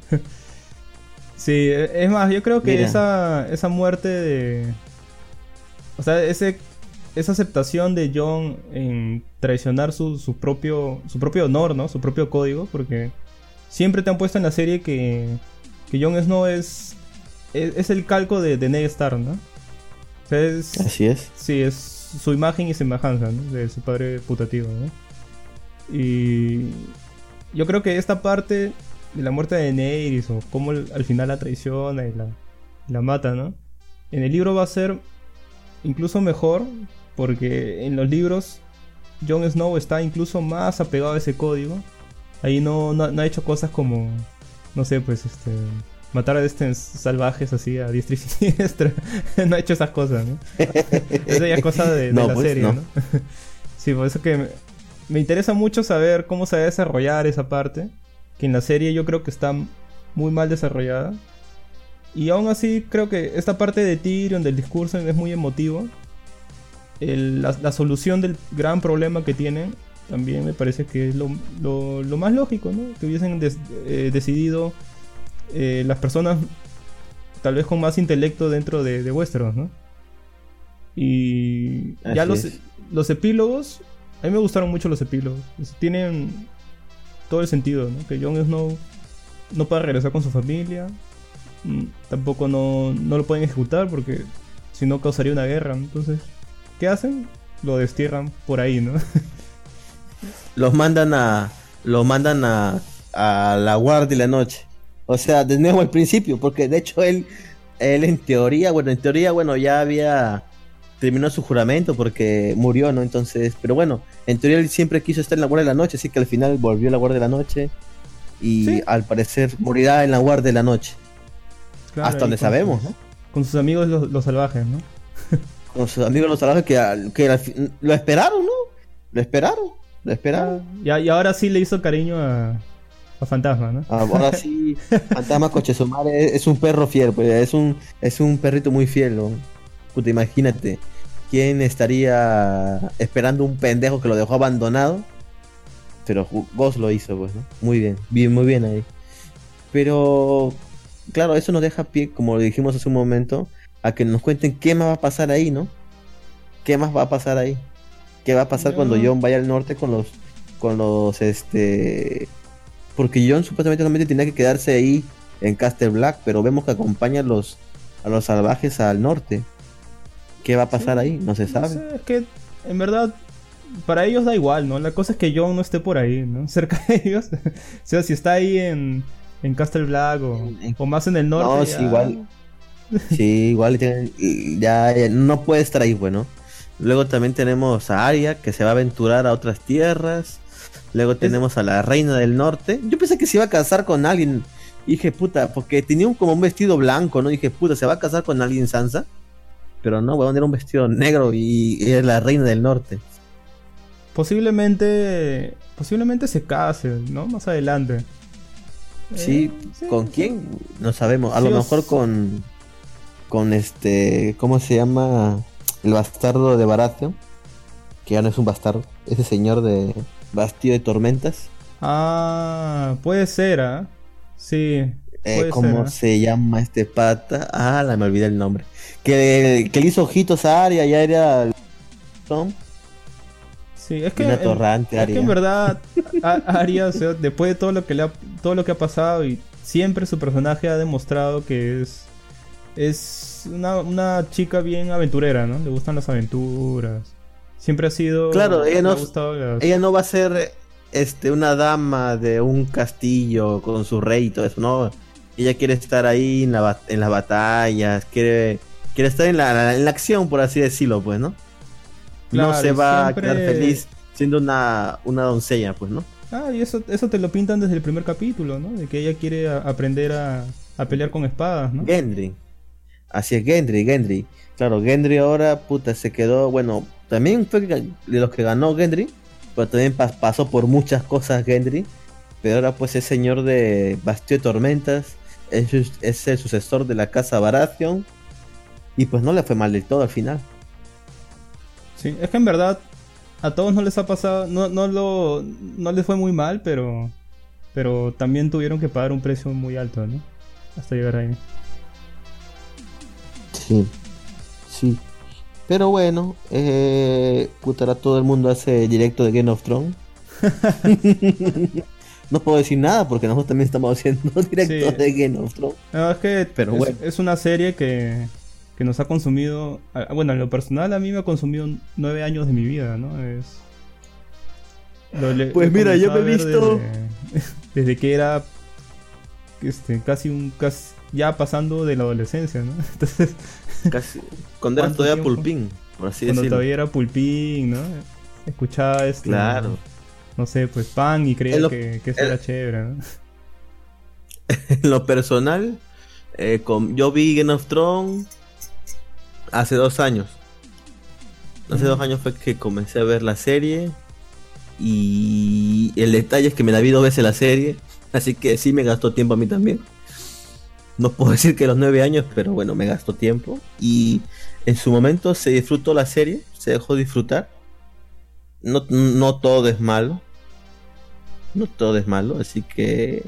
Sí, es más, yo creo que Mira. esa muerte de... O sea, esa aceptación de Jon en traicionar su propio honor, ¿no? Su propio código, porque siempre te han puesto en la serie que Jon Snow es el calco de Ned Stark, ¿no? O sea, Así es. sí, es su imagen y semejanza, ¿no? De su padre putativo, ¿no? Y yo creo que esta parte de la muerte de Daenerys o cómo al final la traiciona y la mata, ¿no? En el libro va a ser incluso mejor porque en los libros Jon Snow está incluso más apegado a ese código. Ahí no ha hecho cosas como, no sé, pues matar a estos salvajes así a diestra y siniestra. No ha hecho esas cosas, ¿no? Esa ya es cosa de No, la pues, serie, no. ¿no? Sí, por eso que me interesa mucho saber cómo se va a desarrollar esa parte. Que en la serie yo creo que está muy mal desarrollada. Y aún así creo que esta parte de Tyrion, del discurso, es muy emotivo. La solución del gran problema que tienen también me parece que es lo más lógico, ¿no? Que hubiesen decidido las personas tal vez con más intelecto dentro de Westeros, ¿no? Y ya Así es. los epílogos, a mí me gustaron mucho los epílogos. O sea, tienen todo el sentido, ¿no? Que Jon Snow no pueda regresar con su familia. Tampoco no lo pueden ejecutar porque si no causaría una guerra, ¿no? Entonces, ¿qué hacen? Lo destierran por ahí, ¿no? Los mandan a la guardia de la noche. O sea, de nuevo al principio, porque de hecho él en teoría, bueno, ya había terminó su juramento porque murió, ¿no? Entonces, pero bueno, en teoría él siempre quiso estar en la guardia de la noche, así que al final volvió a la guardia de la noche y Sí, al parecer morirá en la guardia de la noche. claro, Hasta ahí donde sabemos, ¿no? con sus amigos los salvajes, ¿no? Con sus amigos los salvajes que lo esperaron, ¿no? Lo esperaron, lo Ah, esperaron. y ahora sí le hizo cariño a Fantasma, ¿no? Ahora sí, Fantasma Cochezumare es un perro fiel, pues es un perrito muy fiel, ¿no? Puta, imagínate, ¿quién estaría esperando un pendejo que lo dejó abandonado? Pero vos lo hizo, pues, ¿no? Muy bien, muy bien ahí. Pero, claro, eso nos deja pie, como lo dijimos hace un momento, a que nos cuenten qué más va a pasar ahí, ¿no? ¿Qué más va a pasar ahí? ¿Qué va a pasar cuando Yo, Jon vaya al norte porque Jon supuestamente solamente tenía que quedarse ahí en Castle Black, pero vemos que acompaña a los salvajes al norte. ¿Qué va a sí, pasar ahí? No se no sabe. sé, es que en verdad para ellos da igual, ¿no? La cosa es que Jon no esté por ahí, ¿no? Cerca de ellos. O sea, si está ahí en Castle Black o más en el norte, No, sí, ya. igual. Sí, igual ya no puede estar ahí, bueno. Luego también tenemos a Arya que se va a aventurar a otras tierras. Luego Es, tenemos a la reina del norte. Yo pensé que se iba a casar con alguien. Y dije, puta, porque tenía como un vestido blanco, ¿no? Y dije, puta, ¿se va a casar con alguien Sansa? Pero no, weón, era un vestido negro y es la reina del norte. posiblemente se case, ¿no? Más adelante. Sí, Sí, ¿con o sea, quién? No sabemos. A sí lo mejor con ¿cómo se llama? El bastardo de Baratheon, que ya no es un bastardo, ese señor de Bastido de Tormentas. Ah, puede ser, ¿ah? Sí, puede ser, ¿Cómo ¿ah? se llama este pata? Me olvidé el nombre. Que le hizo ojitos a Arya y Arya Tom Sí, y una torrante es que en Arya. verdad Arya, o sea, después de todo lo que ha pasado y siempre su personaje ha demostrado que es una chica bien aventurera, ¿no? Le gustan las aventuras. Siempre Claro, le ha gustado las... ella no va a ser una dama de un castillo con su rey y todo eso, no. Ella quiere estar ahí en las batallas, quiere estar en la acción, por así decirlo, pues, ¿no? No Claro, se y va a quedar siempre... feliz siendo una doncella, pues, ¿no? Ah, y eso te lo pintan desde el primer capítulo, ¿no? De que ella quiere aprender a pelear con espadas, ¿no? Gendry. Así es, Gendry. Claro, Gendry ahora, puta, se quedó, bueno, también fue de los que ganó Gendry, pero también pasó por muchas cosas Gendry, pero ahora pues es señor de Bastión de Tormentas, es el sucesor de la casa Baratheon, y pues no le fue mal del todo al final. Sí, es que en verdad a todos no les ha pasado, no les fue muy mal, pero también tuvieron que pagar un precio muy alto, ¿no? Hasta llegar ahí. Sí, sí. Pero bueno, puta, ahora todo el mundo hace directo de Game of Thrones. No puedo decir nada porque nosotros también estamos haciendo directos Sí. de Game of Thrones. No, es que Pero bueno. es una serie que nos ha consumido, bueno, en lo personal a mí me ha consumido 9 años de mi vida, ¿no? Pues lo mira, comencé yo a me he ver visto... desde que era casi ya pasando de la adolescencia, ¿no? Entonces, Casi, cuando eras ¿cuánto todavía tiempo? pulpín, por así Cuando decirlo. todavía era pulpín, ¿no? Escuchaba Claro. no sé, pues Pan y creía En lo, que eso en- era chévere, ¿no? en lo personal, yo vi Game of Thrones hace 2 años. Hace 2 años fue que comencé a ver la serie. Y el detalle es que me la vi 2 veces la serie. Así que sí me gastó tiempo a mí también. No puedo decir que los 9 años, pero bueno, me gastó tiempo. Y en su momento se disfrutó la serie, se dejó disfrutar. No, no todo es malo. No todo es malo, así que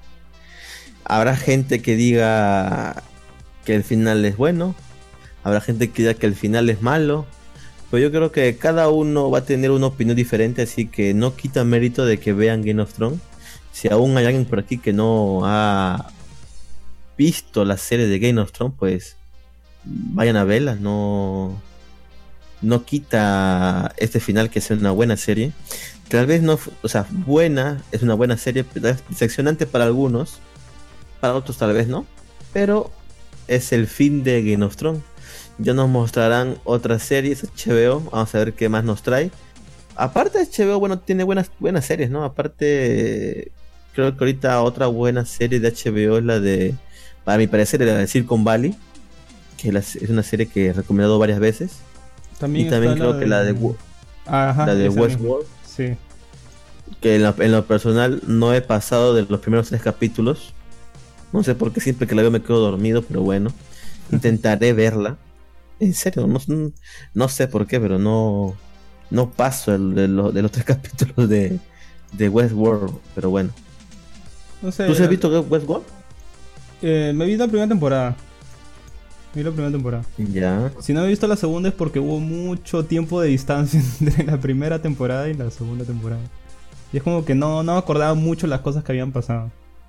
habrá gente que diga que el final es bueno. Habrá gente que diga que el final es malo. Pero yo creo que cada uno va a tener una opinión diferente, así que no quita mérito de que vean Game of Thrones. Si aún hay alguien por aquí que no ha visto la serie de Game of Thrones, pues vayan a verla. No, no quita este final que es una buena serie. Tal vez no, o sea, buena, es una buena serie, pero es decepcionante para algunos, para otros tal vez no. Pero es el fin de Game of Thrones. Ya nos mostrarán otras series HBO. Vamos a ver qué más nos trae. Aparte HBO, bueno, tiene buenas series, ¿no? Aparte, creo que ahorita otra buena serie de HBO es la de, para mi parecer, la de Silicon Valley, que es una serie que he recomendado varias veces. También Y también está creo que Ajá, la de esa misma. Westworld, Sí. que en lo personal no he pasado de los primeros 3 capítulos. No sé por qué siempre que la veo me quedo dormido, pero bueno, intentaré verla. En serio, no sé por qué, pero no paso de los 3 capítulos de Westworld, pero bueno. No sé, ¿Tú sí has visto Westworld? me vi la primera temporada. Vi la primera temporada. Ya. Si no he visto la segunda es porque hubo mucho tiempo de distancia entre la primera temporada y la segunda temporada. Y es como que no me acordaba mucho las cosas que habían pasado.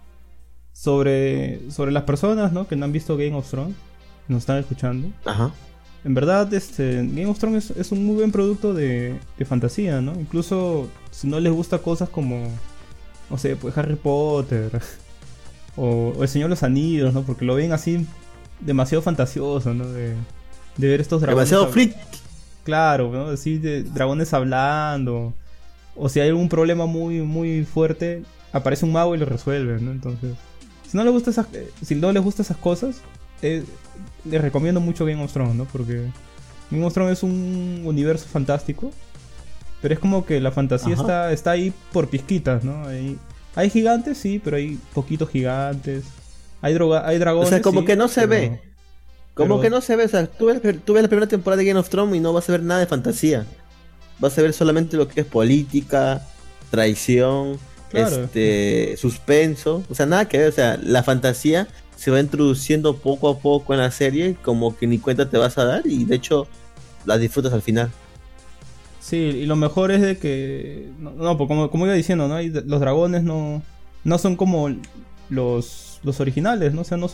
Sobre las personas, ¿no? Que no han visto Game of Thrones, nos están escuchando. Ajá. En verdad, Game of Thrones es un muy buen producto de fantasía, ¿no? Incluso si no les gusta cosas como, no sé, pues Harry Potter o El Señor de los Anillos, ¿no? Porque lo ven así demasiado fantasioso, ¿no? De ver estos dragones. Demasiado freak. Claro, ¿no? Así de dragones hablando. O si hay algún problema muy, muy fuerte, aparece un mago y lo resuelve, ¿no? Entonces, si no les gusta esas cosas, les recomiendo mucho Game of Thrones, ¿no? Porque Game of Thrones es un universo fantástico, pero es como que la fantasía está ahí por pizquitas, ¿no? Hay gigantes, sí, pero hay poquitos gigantes. Hay dragones. O sea, como sí, que no se ve. Como pero- que no se ve. O sea, tú ves la primera temporada de Game of Thrones y no vas a ver nada de fantasía. Vas a ver solamente lo que es política, traición, Claro. suspenso. O sea, nada que ver. O sea, la fantasía se va introduciendo poco a poco en la serie, como que ni cuenta te vas a dar, y de hecho la disfrutas al final. Sí, y lo mejor es de que... No, pues como iba diciendo, ¿no? Los dragones no son como los originales, ¿no? O sea, no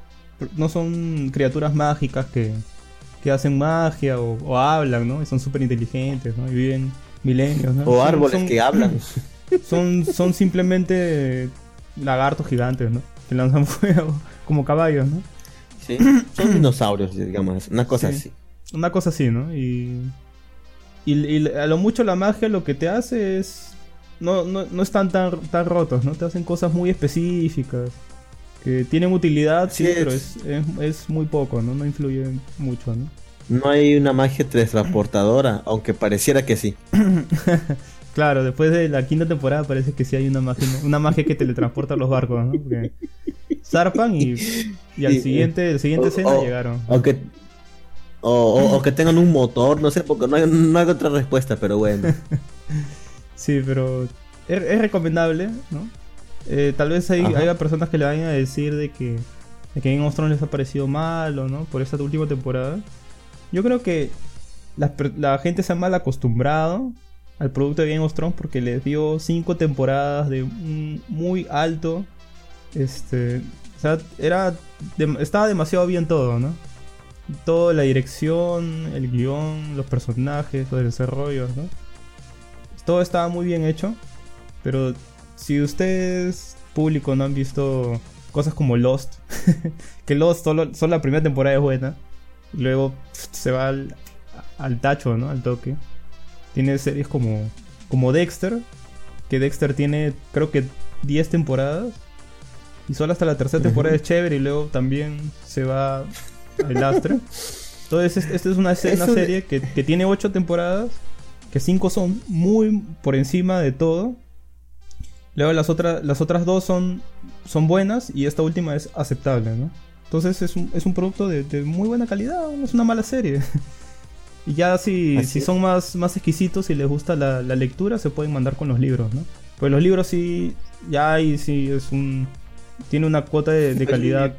son criaturas mágicas que hacen magia o hablan, ¿no? Y son súper inteligentes, ¿no? Y viven milenios, ¿no? O árboles que hablan. Son simplemente lagartos gigantes, ¿no? Que lanzan fuego, como caballos, ¿no? Sí, son dinosaurios, digamos, una cosa Sí. así. Una cosa así, ¿no? Y a lo mucho la magia lo que te hace es... No están tan rotos, ¿no? Te hacen cosas muy específicas. Que tienen utilidad, Así sí, es. pero es muy poco, ¿no? No influye mucho, ¿no? No hay una magia teletransportadora, aunque pareciera que sí. Claro, después de la quinta temporada parece que sí hay una magia que teletransporta a los barcos, ¿no? Porque zarpan y al Sí, siguiente escena o- llegaron. O que tengan un motor, no sé, porque no hay otra respuesta, pero bueno. Sí, pero es recomendable, ¿no? Tal vez haya personas que le vayan a decir de que Game of Thrones les ha parecido malo, ¿no? Por esta última temporada. Yo creo que la gente se ha mal acostumbrado al producto de Game of Thrones porque les dio 5 temporadas de un muy alto. O sea, estaba demasiado bien todo, ¿no? Toda la dirección, el guión, los personajes, los desarrollos, ¿no? Todo estaba muy bien hecho. Pero si ustedes, público, no han visto cosas como Lost, que Lost solo la primera temporada es buena, y luego se va al tacho, ¿no? Al toque. Tiene series como Dexter, que Dexter tiene creo que 10 temporadas, y solo hasta la tercera temporada es chévere, y luego también se va al lastre. Entonces esta es una serie que tiene 8 temporadas, que 5 son muy por encima de todo. Luego las otras 2 son buenas, y esta última es aceptable, ¿no? Entonces es un producto de muy buena calidad, no es una mala serie. Y ya si son más exquisitos y les gusta la lectura, se pueden mandar con los libros, ¿no? Pues los libros sí, ya ahí sí tiene una cuota de calidad.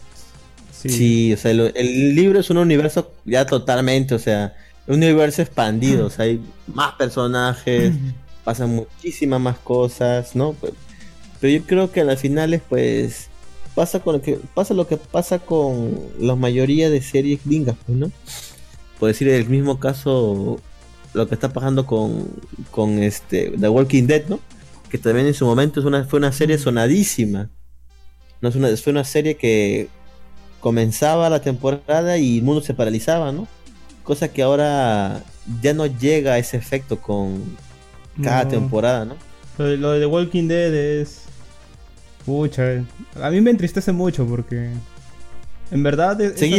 Sí, o sea, el libro es un universo ya totalmente, o sea, un universo expandido, o sea, hay más personajes, pasan muchísimas más cosas, ¿no? Pero yo creo que a las finales, pues, pasa lo que pasa con la mayoría de series gringas, pues, ¿no? Por decir el mismo caso, lo que está pasando con The Walking Dead, ¿no? Que también en su momento fue una serie sonadísima. No fue una serie que comenzaba la temporada y el mundo se paralizaba, ¿no? Cosa que ahora ya no llega a ese efecto con cada temporada, ¿no? Lo de The Walking Dead es... Pucha, a mí me entristece mucho porque en verdad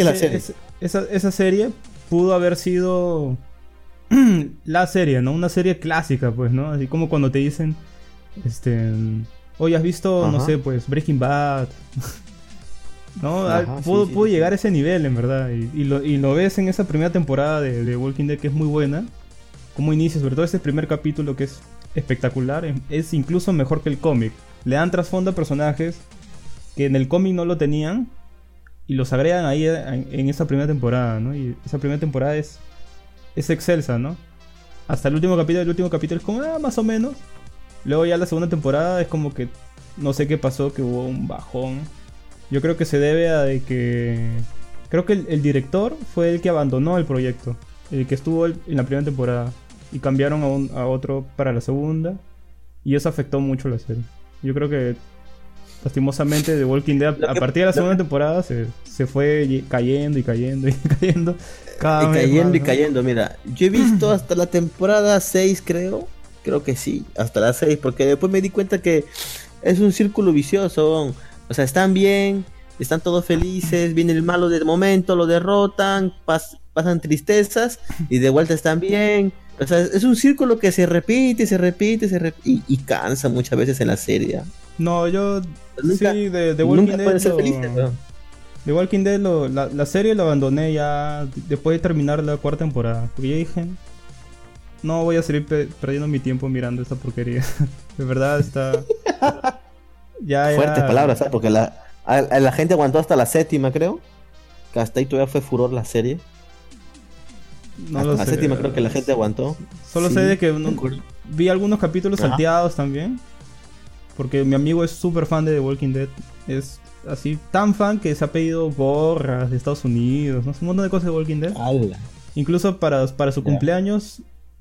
esa serie pudo haber sido la serie, ¿no? Una serie clásica, pues, ¿no? Así como cuando te dicen, oye, ¿has visto, no sé, pues, Breaking Bad? ¿No? Pudo llegar a ese nivel, en verdad. Y lo ves en esa primera temporada de Walking Dead, que es muy buena. Como inicia, sobre todo ese primer capítulo que es espectacular. Es incluso mejor que el cómic. Le dan trasfondo a personajes que en el cómic no lo tenían, y los agregan ahí en esa primera temporada, ¿no? Y esa primera temporada es excelsa, ¿no? Hasta el último capítulo es como, más o menos. Luego ya la segunda temporada es como que no sé qué pasó, que hubo un bajón. Yo creo que se debe a de que... Creo que el director fue el que abandonó el proyecto, el que estuvo en la primera temporada, y cambiaron a otro para la segunda, y eso afectó mucho la serie. Yo creo que lastimosamente The Walking Dead a partir de la segunda temporada se fue cayendo y cayendo y cayendo. Cayendo. Mira, yo he visto hasta la temporada 6, creo que sí, hasta la 6, porque después me di cuenta que es un círculo vicioso. O sea, están bien, están todos felices, viene el malo de momento, lo derrotan, pasan tristezas y de vuelta están bien. O sea, es un círculo que se repite y cansa muchas veces en la serie. No, yo sí, de Walking Dead pueden ser felices, ¿no? The Walking Dead la serie la abandoné ya después de terminar la cuarta temporada, porque yo dije, no voy a seguir perdiendo mi tiempo mirando esta porquería. De verdad está ya fuertes palabras, ¿sabes? Porque la gente aguantó hasta la séptima, creo. Que hasta ahí todavía fue furor la serie. No hasta lo la sé, séptima creo que la gente aguantó. Solo sé de que vi algunos capítulos salteados también. Porque mi amigo es súper fan de The Walking Dead. Es así, tan fan que se ha pedido gorras de Estados Unidos, ¿no? Un montón de cosas de Walking Dead. ¡Hala! Incluso para su cumpleaños,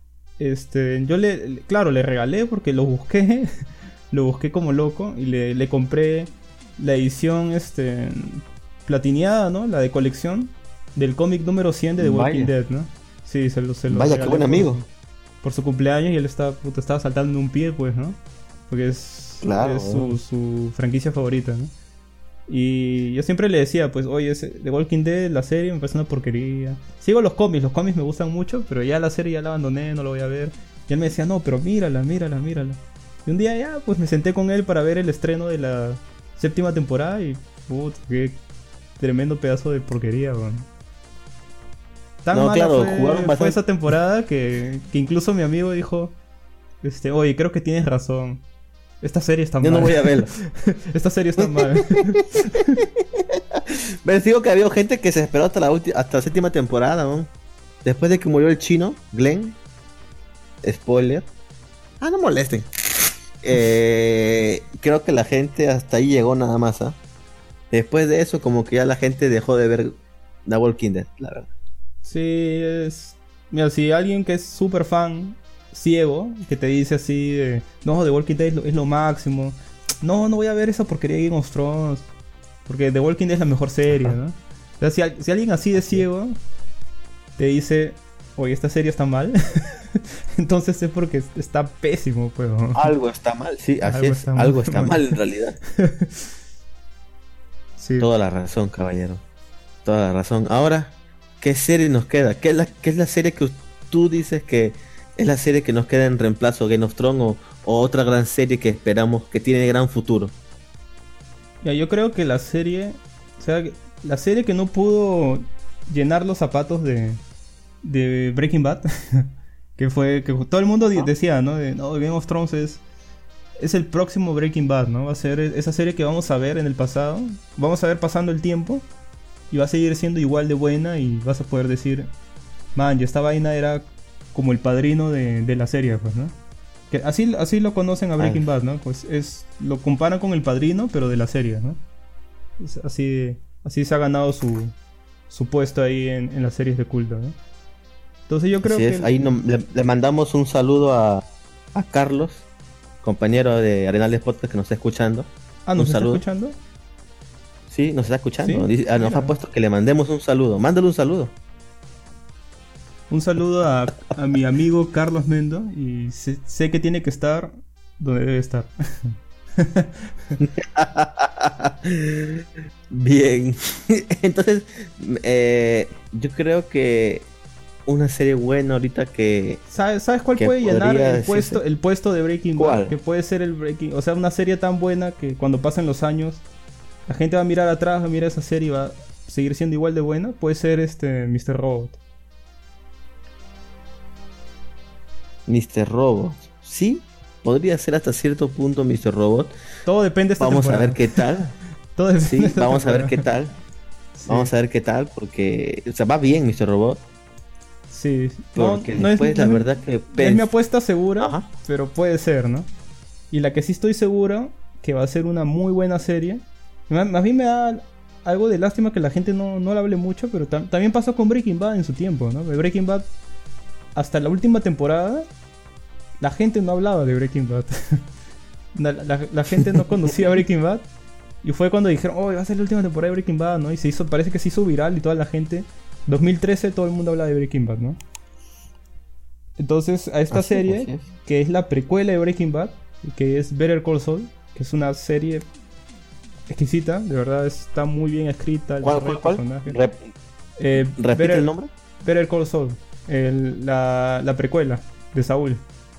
yo le regalé porque lo busqué. Lo busqué como loco y le compré la edición platineada, ¿no? La de colección del cómic número 100 de The Walking Dead, ¿no? Sí, se lo Vaya, qué buen amigo. Por su cumpleaños, y él estaba saltando en un pie, pues, ¿no? Porque es su franquicia favorita, ¿no? Y yo siempre le decía, pues, oye, The Walking Dead, la serie me parece una porquería. Sigo los cómics me gustan mucho, pero ya la serie ya la abandoné, no la voy a ver. Y él me decía, no, pero mírala. Y un día ya, pues me senté con él para ver el estreno de la séptima temporada y, qué tremendo pedazo de porquería, weón. Tan No, mala claro, jugaron fue bastante. esa temporada que incluso mi amigo dijo, oye, creo que tienes razón. Esta serie está Yo mal. no voy a verlo. Esta serie está mal. Pero digo que había gente que se esperó hasta la séptima temporada, ¿no? Después de que murió el chino, Glenn. Spoiler. No molesten. Creo que la gente hasta ahí llegó nada más, ¿ah? Después de eso, como que ya la gente dejó de ver The Walking Dead, la verdad. Sí, mira, si alguien que es súper fan, ciego, que te dice así de... No, The Walking Dead es lo máximo. No voy a ver esa porquería de Game of Thrones. Porque The Walking Dead es la mejor serie, ¿no? O sea, si alguien así de ciego te dice... Oye, esta serie está mal. Entonces es porque está pésimo, pues. Algo está mal, sí, así es. Algo está mal en realidad. Sí. Toda la razón, caballero. Toda la razón. Ahora, ¿qué serie nos queda? ¿Qué es la serie que tú dices que es la serie que nos queda en reemplazo? ¿Game of Thrones o otra gran serie que esperamos que tiene gran futuro? Ya, yo creo que la serie... O sea, la serie que no pudo llenar los zapatos de Breaking Bad, que todo el mundo decía, ¿no? No, Game of Thrones es el próximo Breaking Bad, ¿no? Va a ser esa serie que vamos a ver en el pasado, vamos a ver pasando el tiempo y va a seguir siendo igual de buena y vas a poder decir, man, ya esta vaina era como el padrino de la serie, pues, ¿no? Que así lo conocen a Breaking Bad, ¿no? Pues lo comparan con el padrino, pero de la serie, ¿no? Así se ha ganado su puesto ahí en las series de culto, ¿no? Entonces yo creo que... Ahí le mandamos un saludo a Carlos, compañero de Arenales Podcast que nos está escuchando. ¿Nos está escuchando? Sí, nos está escuchando. ¿Sí? Nos ha puesto que le mandemos un saludo. Mándale un saludo. Un saludo a mi amigo Carlos Mendo. Y sé que tiene que estar donde debe estar. Bien. Entonces, yo creo que una serie buena ahorita que... ¿Sabes cuál puede llenar el puesto de Breaking Bad? Que puede ser o sea, una serie tan buena que cuando pasen los años la gente va a mirar atrás, va a mirar esa serie y va a seguir siendo igual de buena. Puede ser Mr. Robot. Mr. Robot. Sí, podría ser hasta cierto punto Mr. Robot. Todo depende de esta Vamos temporada. A ver qué tal. Todo depende sí, de esta vamos temporada. A ver qué tal. Sí. Vamos a ver qué tal porque... O sea, va bien Mr. Robot. Sí. Porque después la verdad que... Es mi apuesta segura, Ajá. Pero puede ser, ¿no? Y la que sí estoy seguro que va a ser una muy buena serie. A mí me da algo de lástima que la gente no la hable mucho, pero también pasó con Breaking Bad en su tiempo, ¿no? De Breaking Bad, hasta la última temporada, la gente no hablaba de Breaking Bad. la gente no conocía Breaking Bad. Y fue cuando dijeron, va a ser la última temporada de Breaking Bad, ¿no? Y parece que se hizo viral y toda la gente... 2013 todo el mundo habla de Breaking Bad, ¿no? Entonces a esta serie, que es la precuela de Breaking Bad, que es Better Call Saul, que es una serie exquisita, de verdad está muy bien escrita. ¿Cuál? ¿Repite el nombre? Better Call Saul, la precuela de Saúl.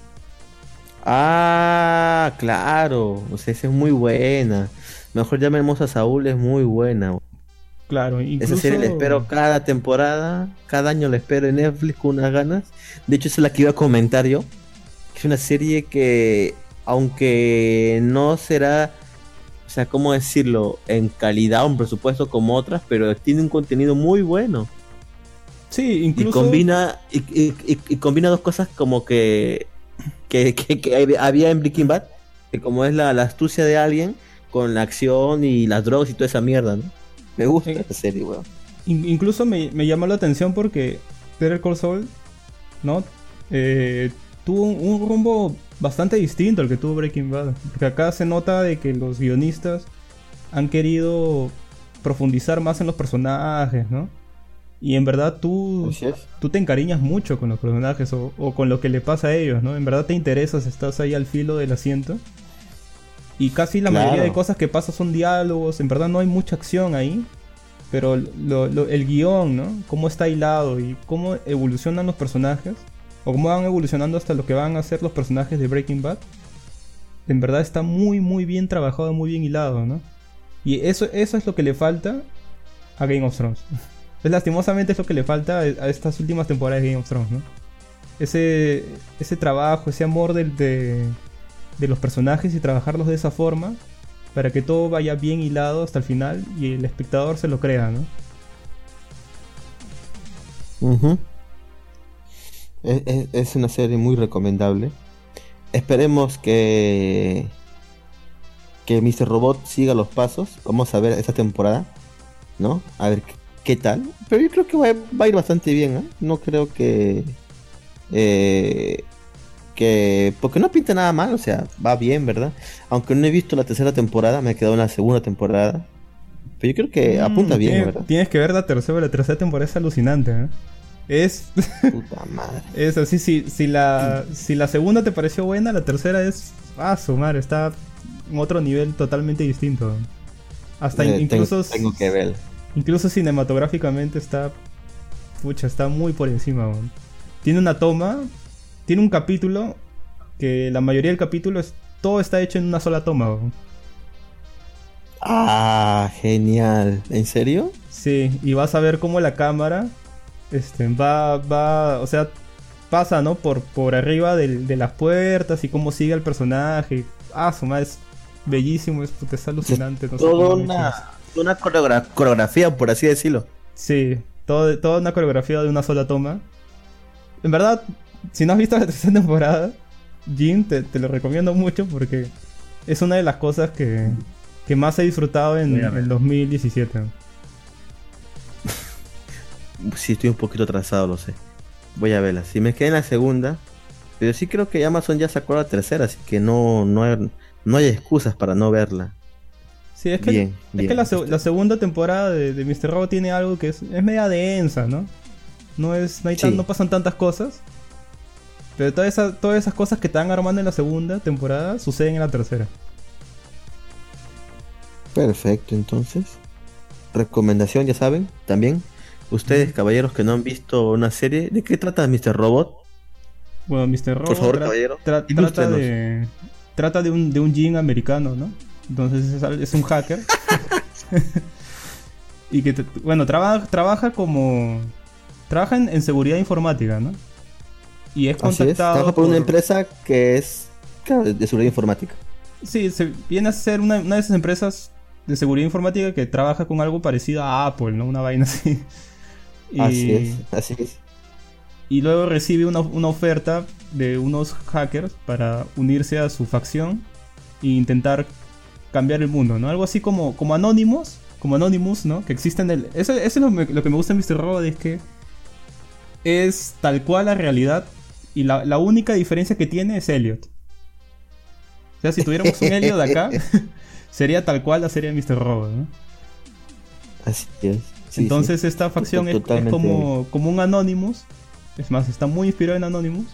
Claro, o sea, esa es muy buena. Mejor llamemos a Saúl, es muy buena. Claro, incluso... Esa serie la espero cada temporada, cada año la espero en Netflix con unas ganas. De hecho, esa es la que iba a comentar yo. Es una serie que, aunque no será, o sea, ¿cómo decirlo? En calidad o en presupuesto como otras, pero tiene un contenido muy bueno. Sí, incluso... Y combina dos cosas como que había en Breaking Bad, que como es la astucia de alguien con la acción y las drogas y toda esa mierda, ¿no? Me gusta esta serie, weón. Incluso me llamó la atención porque Better Call Saul, ¿no? Tuvo un rumbo bastante distinto al que tuvo Breaking Bad. Porque acá se nota de que los guionistas han querido profundizar más en los personajes, ¿no? Y en verdad tú te encariñas mucho con los personajes o con lo que le pasa a ellos, ¿no? En verdad te interesas, estás ahí al filo del asiento. Y casi la mayoría de cosas que pasan son diálogos. En verdad no hay mucha acción ahí. Pero el guión, ¿no? Cómo está hilado y cómo evolucionan los personajes. O cómo van evolucionando hasta lo que van a ser los personajes de Breaking Bad. En verdad está muy muy bien trabajado, muy bien hilado, ¿no? Y eso es lo que le falta a Game of Thrones. Pues lastimosamente es lo que le falta a estas últimas temporadas de Game of Thrones, ¿no? Ese trabajo, ese amor de los personajes y trabajarlos de esa forma para que todo vaya bien hilado hasta el final y el espectador se lo crea, ¿no? Ujú. Es una serie muy recomendable. Esperemos que Mr. Robot siga los pasos. Vamos a ver esta temporada, ¿no? A ver qué tal. Pero yo creo que va a ir bastante bien, ¿eh? No creo porque no pinta nada mal, o sea, va bien, ¿verdad? Aunque no he visto la tercera temporada, me he quedado en la segunda temporada. Pero yo creo que apunta bien, ¿verdad? Tienes que ver la tercera temporada, es alucinante, ¿eh? Es... Puta madre. Es así, si la segunda te pareció buena, la tercera es... Ah, su madre, está en otro nivel totalmente distinto. Hasta incluso... Tengo que ver. Incluso cinematográficamente está... Pucha, está muy por encima, man. Tiene una toma... Tiene un capítulo que la mayoría del capítulo todo está hecho en una sola toma, man. Ah, genial. ¿En serio? Sí, y vas a ver cómo la cámara va, o sea, pasa, ¿no? Por arriba de las puertas y cómo sigue el personaje. Ah, su madre, es bellísimo, es alucinante. No sé una coreografía, por así decirlo. Sí, toda una coreografía de una sola toma. En verdad, si no has visto la tercera temporada, Jin, te lo recomiendo mucho porque es una de las cosas que más he disfrutado en el 2017. Sí, estoy un poquito atrasado, lo sé. Voy a verla. Si me quedé en la segunda, pero sí creo que Amazon ya sacó la tercera, así que no hay excusas para no verla. Sí, es que la segunda temporada de Mr. Robot tiene algo que es media densa, ¿no? No pasan tantas cosas. Pero todas esas cosas que te van armando en la segunda temporada suceden en la tercera. Perfecto, entonces. Recomendación, ya saben, también. Ustedes, caballeros que no han visto una serie, ¿de qué trata Mr. Robot? Bueno, Mr. Robot por favor, caballero, trata de un Jin americano, ¿no? Entonces es un hacker. Y que, trabaja en seguridad informática, ¿no? Y es contactado trabaja por una empresa que es, claro, de seguridad informática. Sí, viene a ser una de esas empresas de seguridad informática que trabaja con algo parecido a Apple, ¿no? Una vaina así. Así es. Y luego recibe una oferta de unos hackers para unirse a su facción e intentar cambiar el mundo, ¿no? Algo así como Anonymous, ¿no? Que existen eso es lo que me gusta de Mr. Robot, es que es tal cual la realidad y la única diferencia que tiene es Elliot. O sea, si tuviéramos un Elliot de acá, sería tal cual la serie de Mr. Robot, ¿no? Así es. Sí, entonces sí. Esta facción es como un Anonymous. Es más, está muy inspirado en Anonymous.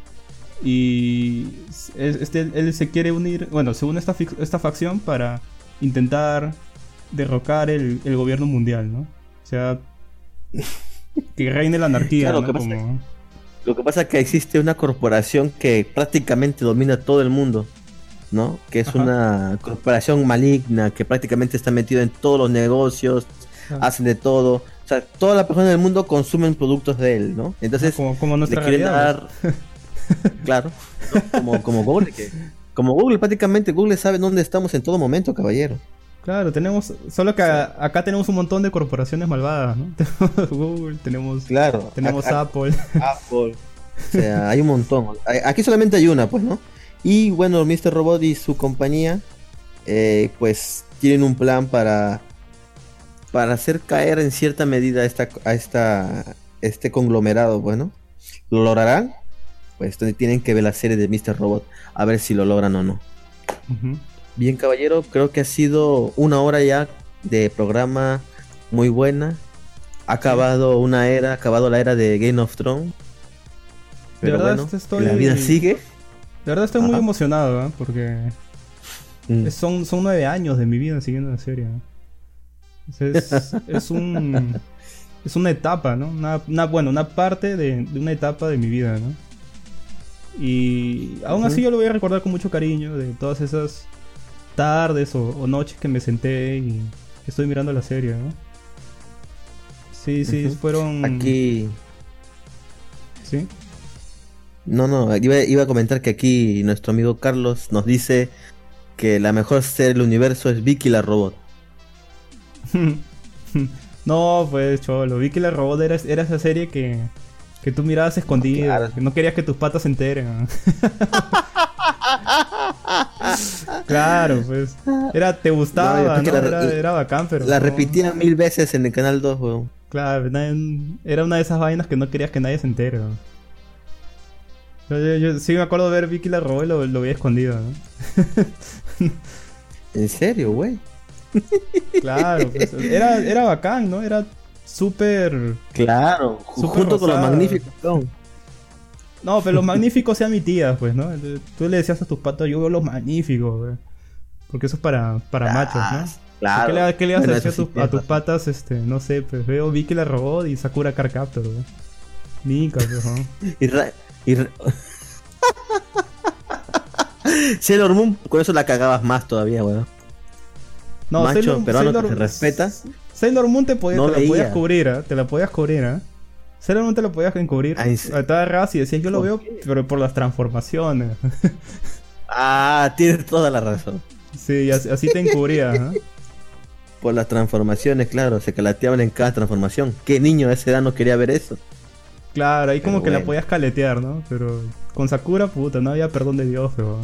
Y él se quiere unir, se une a esta facción para intentar derrocar el gobierno mundial, ¿no? O sea, que reine la anarquía, claro, ¿no? Lo que pasa es que existe una corporación que prácticamente domina todo el mundo, ¿no? Que es una corporación maligna que prácticamente está metida en todos los negocios, hacen de todo. O sea, todas las personas del mundo consumen productos de él, ¿no? Entonces, como nuestra le quieren realidad, dar... Claro, ¿no? como Google, como Google, prácticamente Google sabe dónde estamos en todo momento, caballero. Claro, solo que acá tenemos un montón de corporaciones malvadas, ¿no? Tenemos Google, tenemos Apple. O sea, hay un montón. Aquí solamente hay una, pues, ¿no? Y bueno, Mr. Robot y su compañía, pues, tienen un plan para hacer caer en cierta medida este conglomerado, bueno. ¿Lo lograrán? Pues tienen que ver la serie de Mr. Robot a ver si lo logran o no. Bien, caballero, creo que ha sido una hora ya de programa muy buena. Ha acabado la era de Game of Thrones. Pero bueno, la vida sigue. De verdad estoy muy emocionado, ¿eh? Porque son 9 años de mi vida siguiendo la serie, ¿no? Es una etapa, ¿no? Una parte de una etapa de mi vida, ¿no? Y aún así yo lo voy a recordar con mucho cariño de todas esas tardes o noches que me senté y estoy mirando la serie, ¿no? Sí, fueron... Aquí... ¿Sí? No, iba a comentar que aquí nuestro amigo Carlos nos dice que la mejor serie del universo es Vicky la Robot. No, pues, cholo, Vicky la Robot era esa serie que tú mirabas escondido, claro. Que no querías que tus patas se enteren. Claro, pues. Te gustaba, ¿no? Era bacán, pero... La repetían 1000 veces en el canal 2, weón. Claro, era una de esas vainas que no querías que nadie se entere, ¿no? Yo sí me acuerdo de ver Vicky la Robot y lo veía escondido, ¿no? ¿En serio, güey? Claro, pues, era bacán, ¿no? Era súper... Claro, junto con los magníficos, ¿no? No, pero los magníficos se admitían, pues, ¿no? Tú le decías a tus patos, yo veo los magníficos, güey. Porque eso es para machos, ¿no? Claro. ¿Qué le ibas a decir a tus patas? No sé, pues veo Vicky la Robot y Sakura Card Captor, güey. Nika, pues, ¿no? Sailor Moon, con eso la cagabas más todavía, weón. No, macho peruano que se respeta. Sailor Moon te la podías cubrir, ¿eh? Te la podías cubrir, ¿eh? Sailor Moon te la podías encubrir. Estaba errado y decías, yo lo veo, pero por las transformaciones. Tienes toda la razón. Sí, así te encubrías, ¿eh? Por las transformaciones, claro, se calateaban en cada transformación. ¿Qué niño a esa edad no quería ver eso? Claro, ahí como que la podías caletear, ¿no? Pero con Sakura, puta, no había perdón de Dios, pero...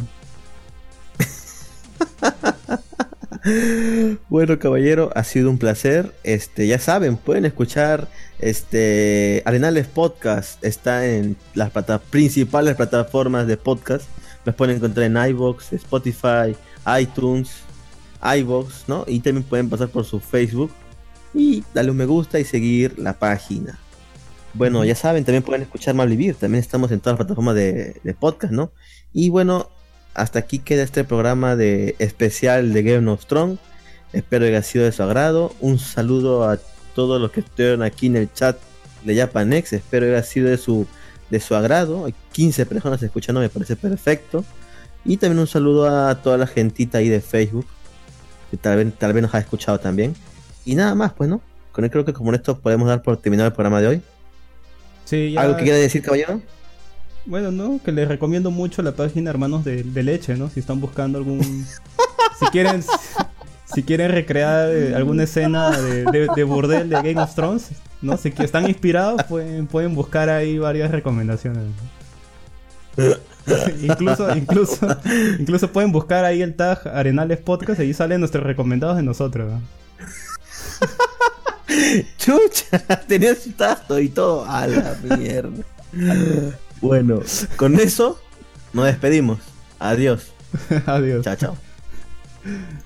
Bueno, caballero, ha sido un placer. Ya saben, pueden escuchar Arenales Podcast. Está en las principales plataformas de podcast. Los pueden encontrar en iVoox, Spotify, iTunes, iVoox, ¿no? Y también pueden pasar por su Facebook y darle un me gusta y seguir la página. Bueno, ya saben, también pueden escuchar Mal Vivir. También estamos en todas las plataformas de podcast, ¿no? Y bueno, hasta aquí queda este programa de especial de Game of Thrones. Espero que haya sido de su agrado. Un saludo a todos los que estuvieron aquí en el chat de Japanex. Espero que haya sido de su agrado. Hay 15 personas escuchando, me parece perfecto. Y también un saludo a toda la gentita ahí de Facebook, que tal vez nos ha escuchado también. Y nada más, pues, ¿no? Creo que como esto podemos dar por terminado el programa de hoy. Sí, ya... ¿Algo que quiera decir, caballero? Bueno, no, que les recomiendo mucho la página Hermanos de Leche, ¿no? Si están buscando algún... si quieren recrear alguna escena de burdel de Game of Thrones, ¿no? Si están inspirados, pueden buscar ahí varias recomendaciones. Incluso pueden buscar ahí el tag Arenales Podcast y ahí salen nuestros recomendados de nosotros, ¿no? Chucha, tenías su tasto y todo. A la mierda. Bueno, con eso nos despedimos. Adiós. Adiós. Chao.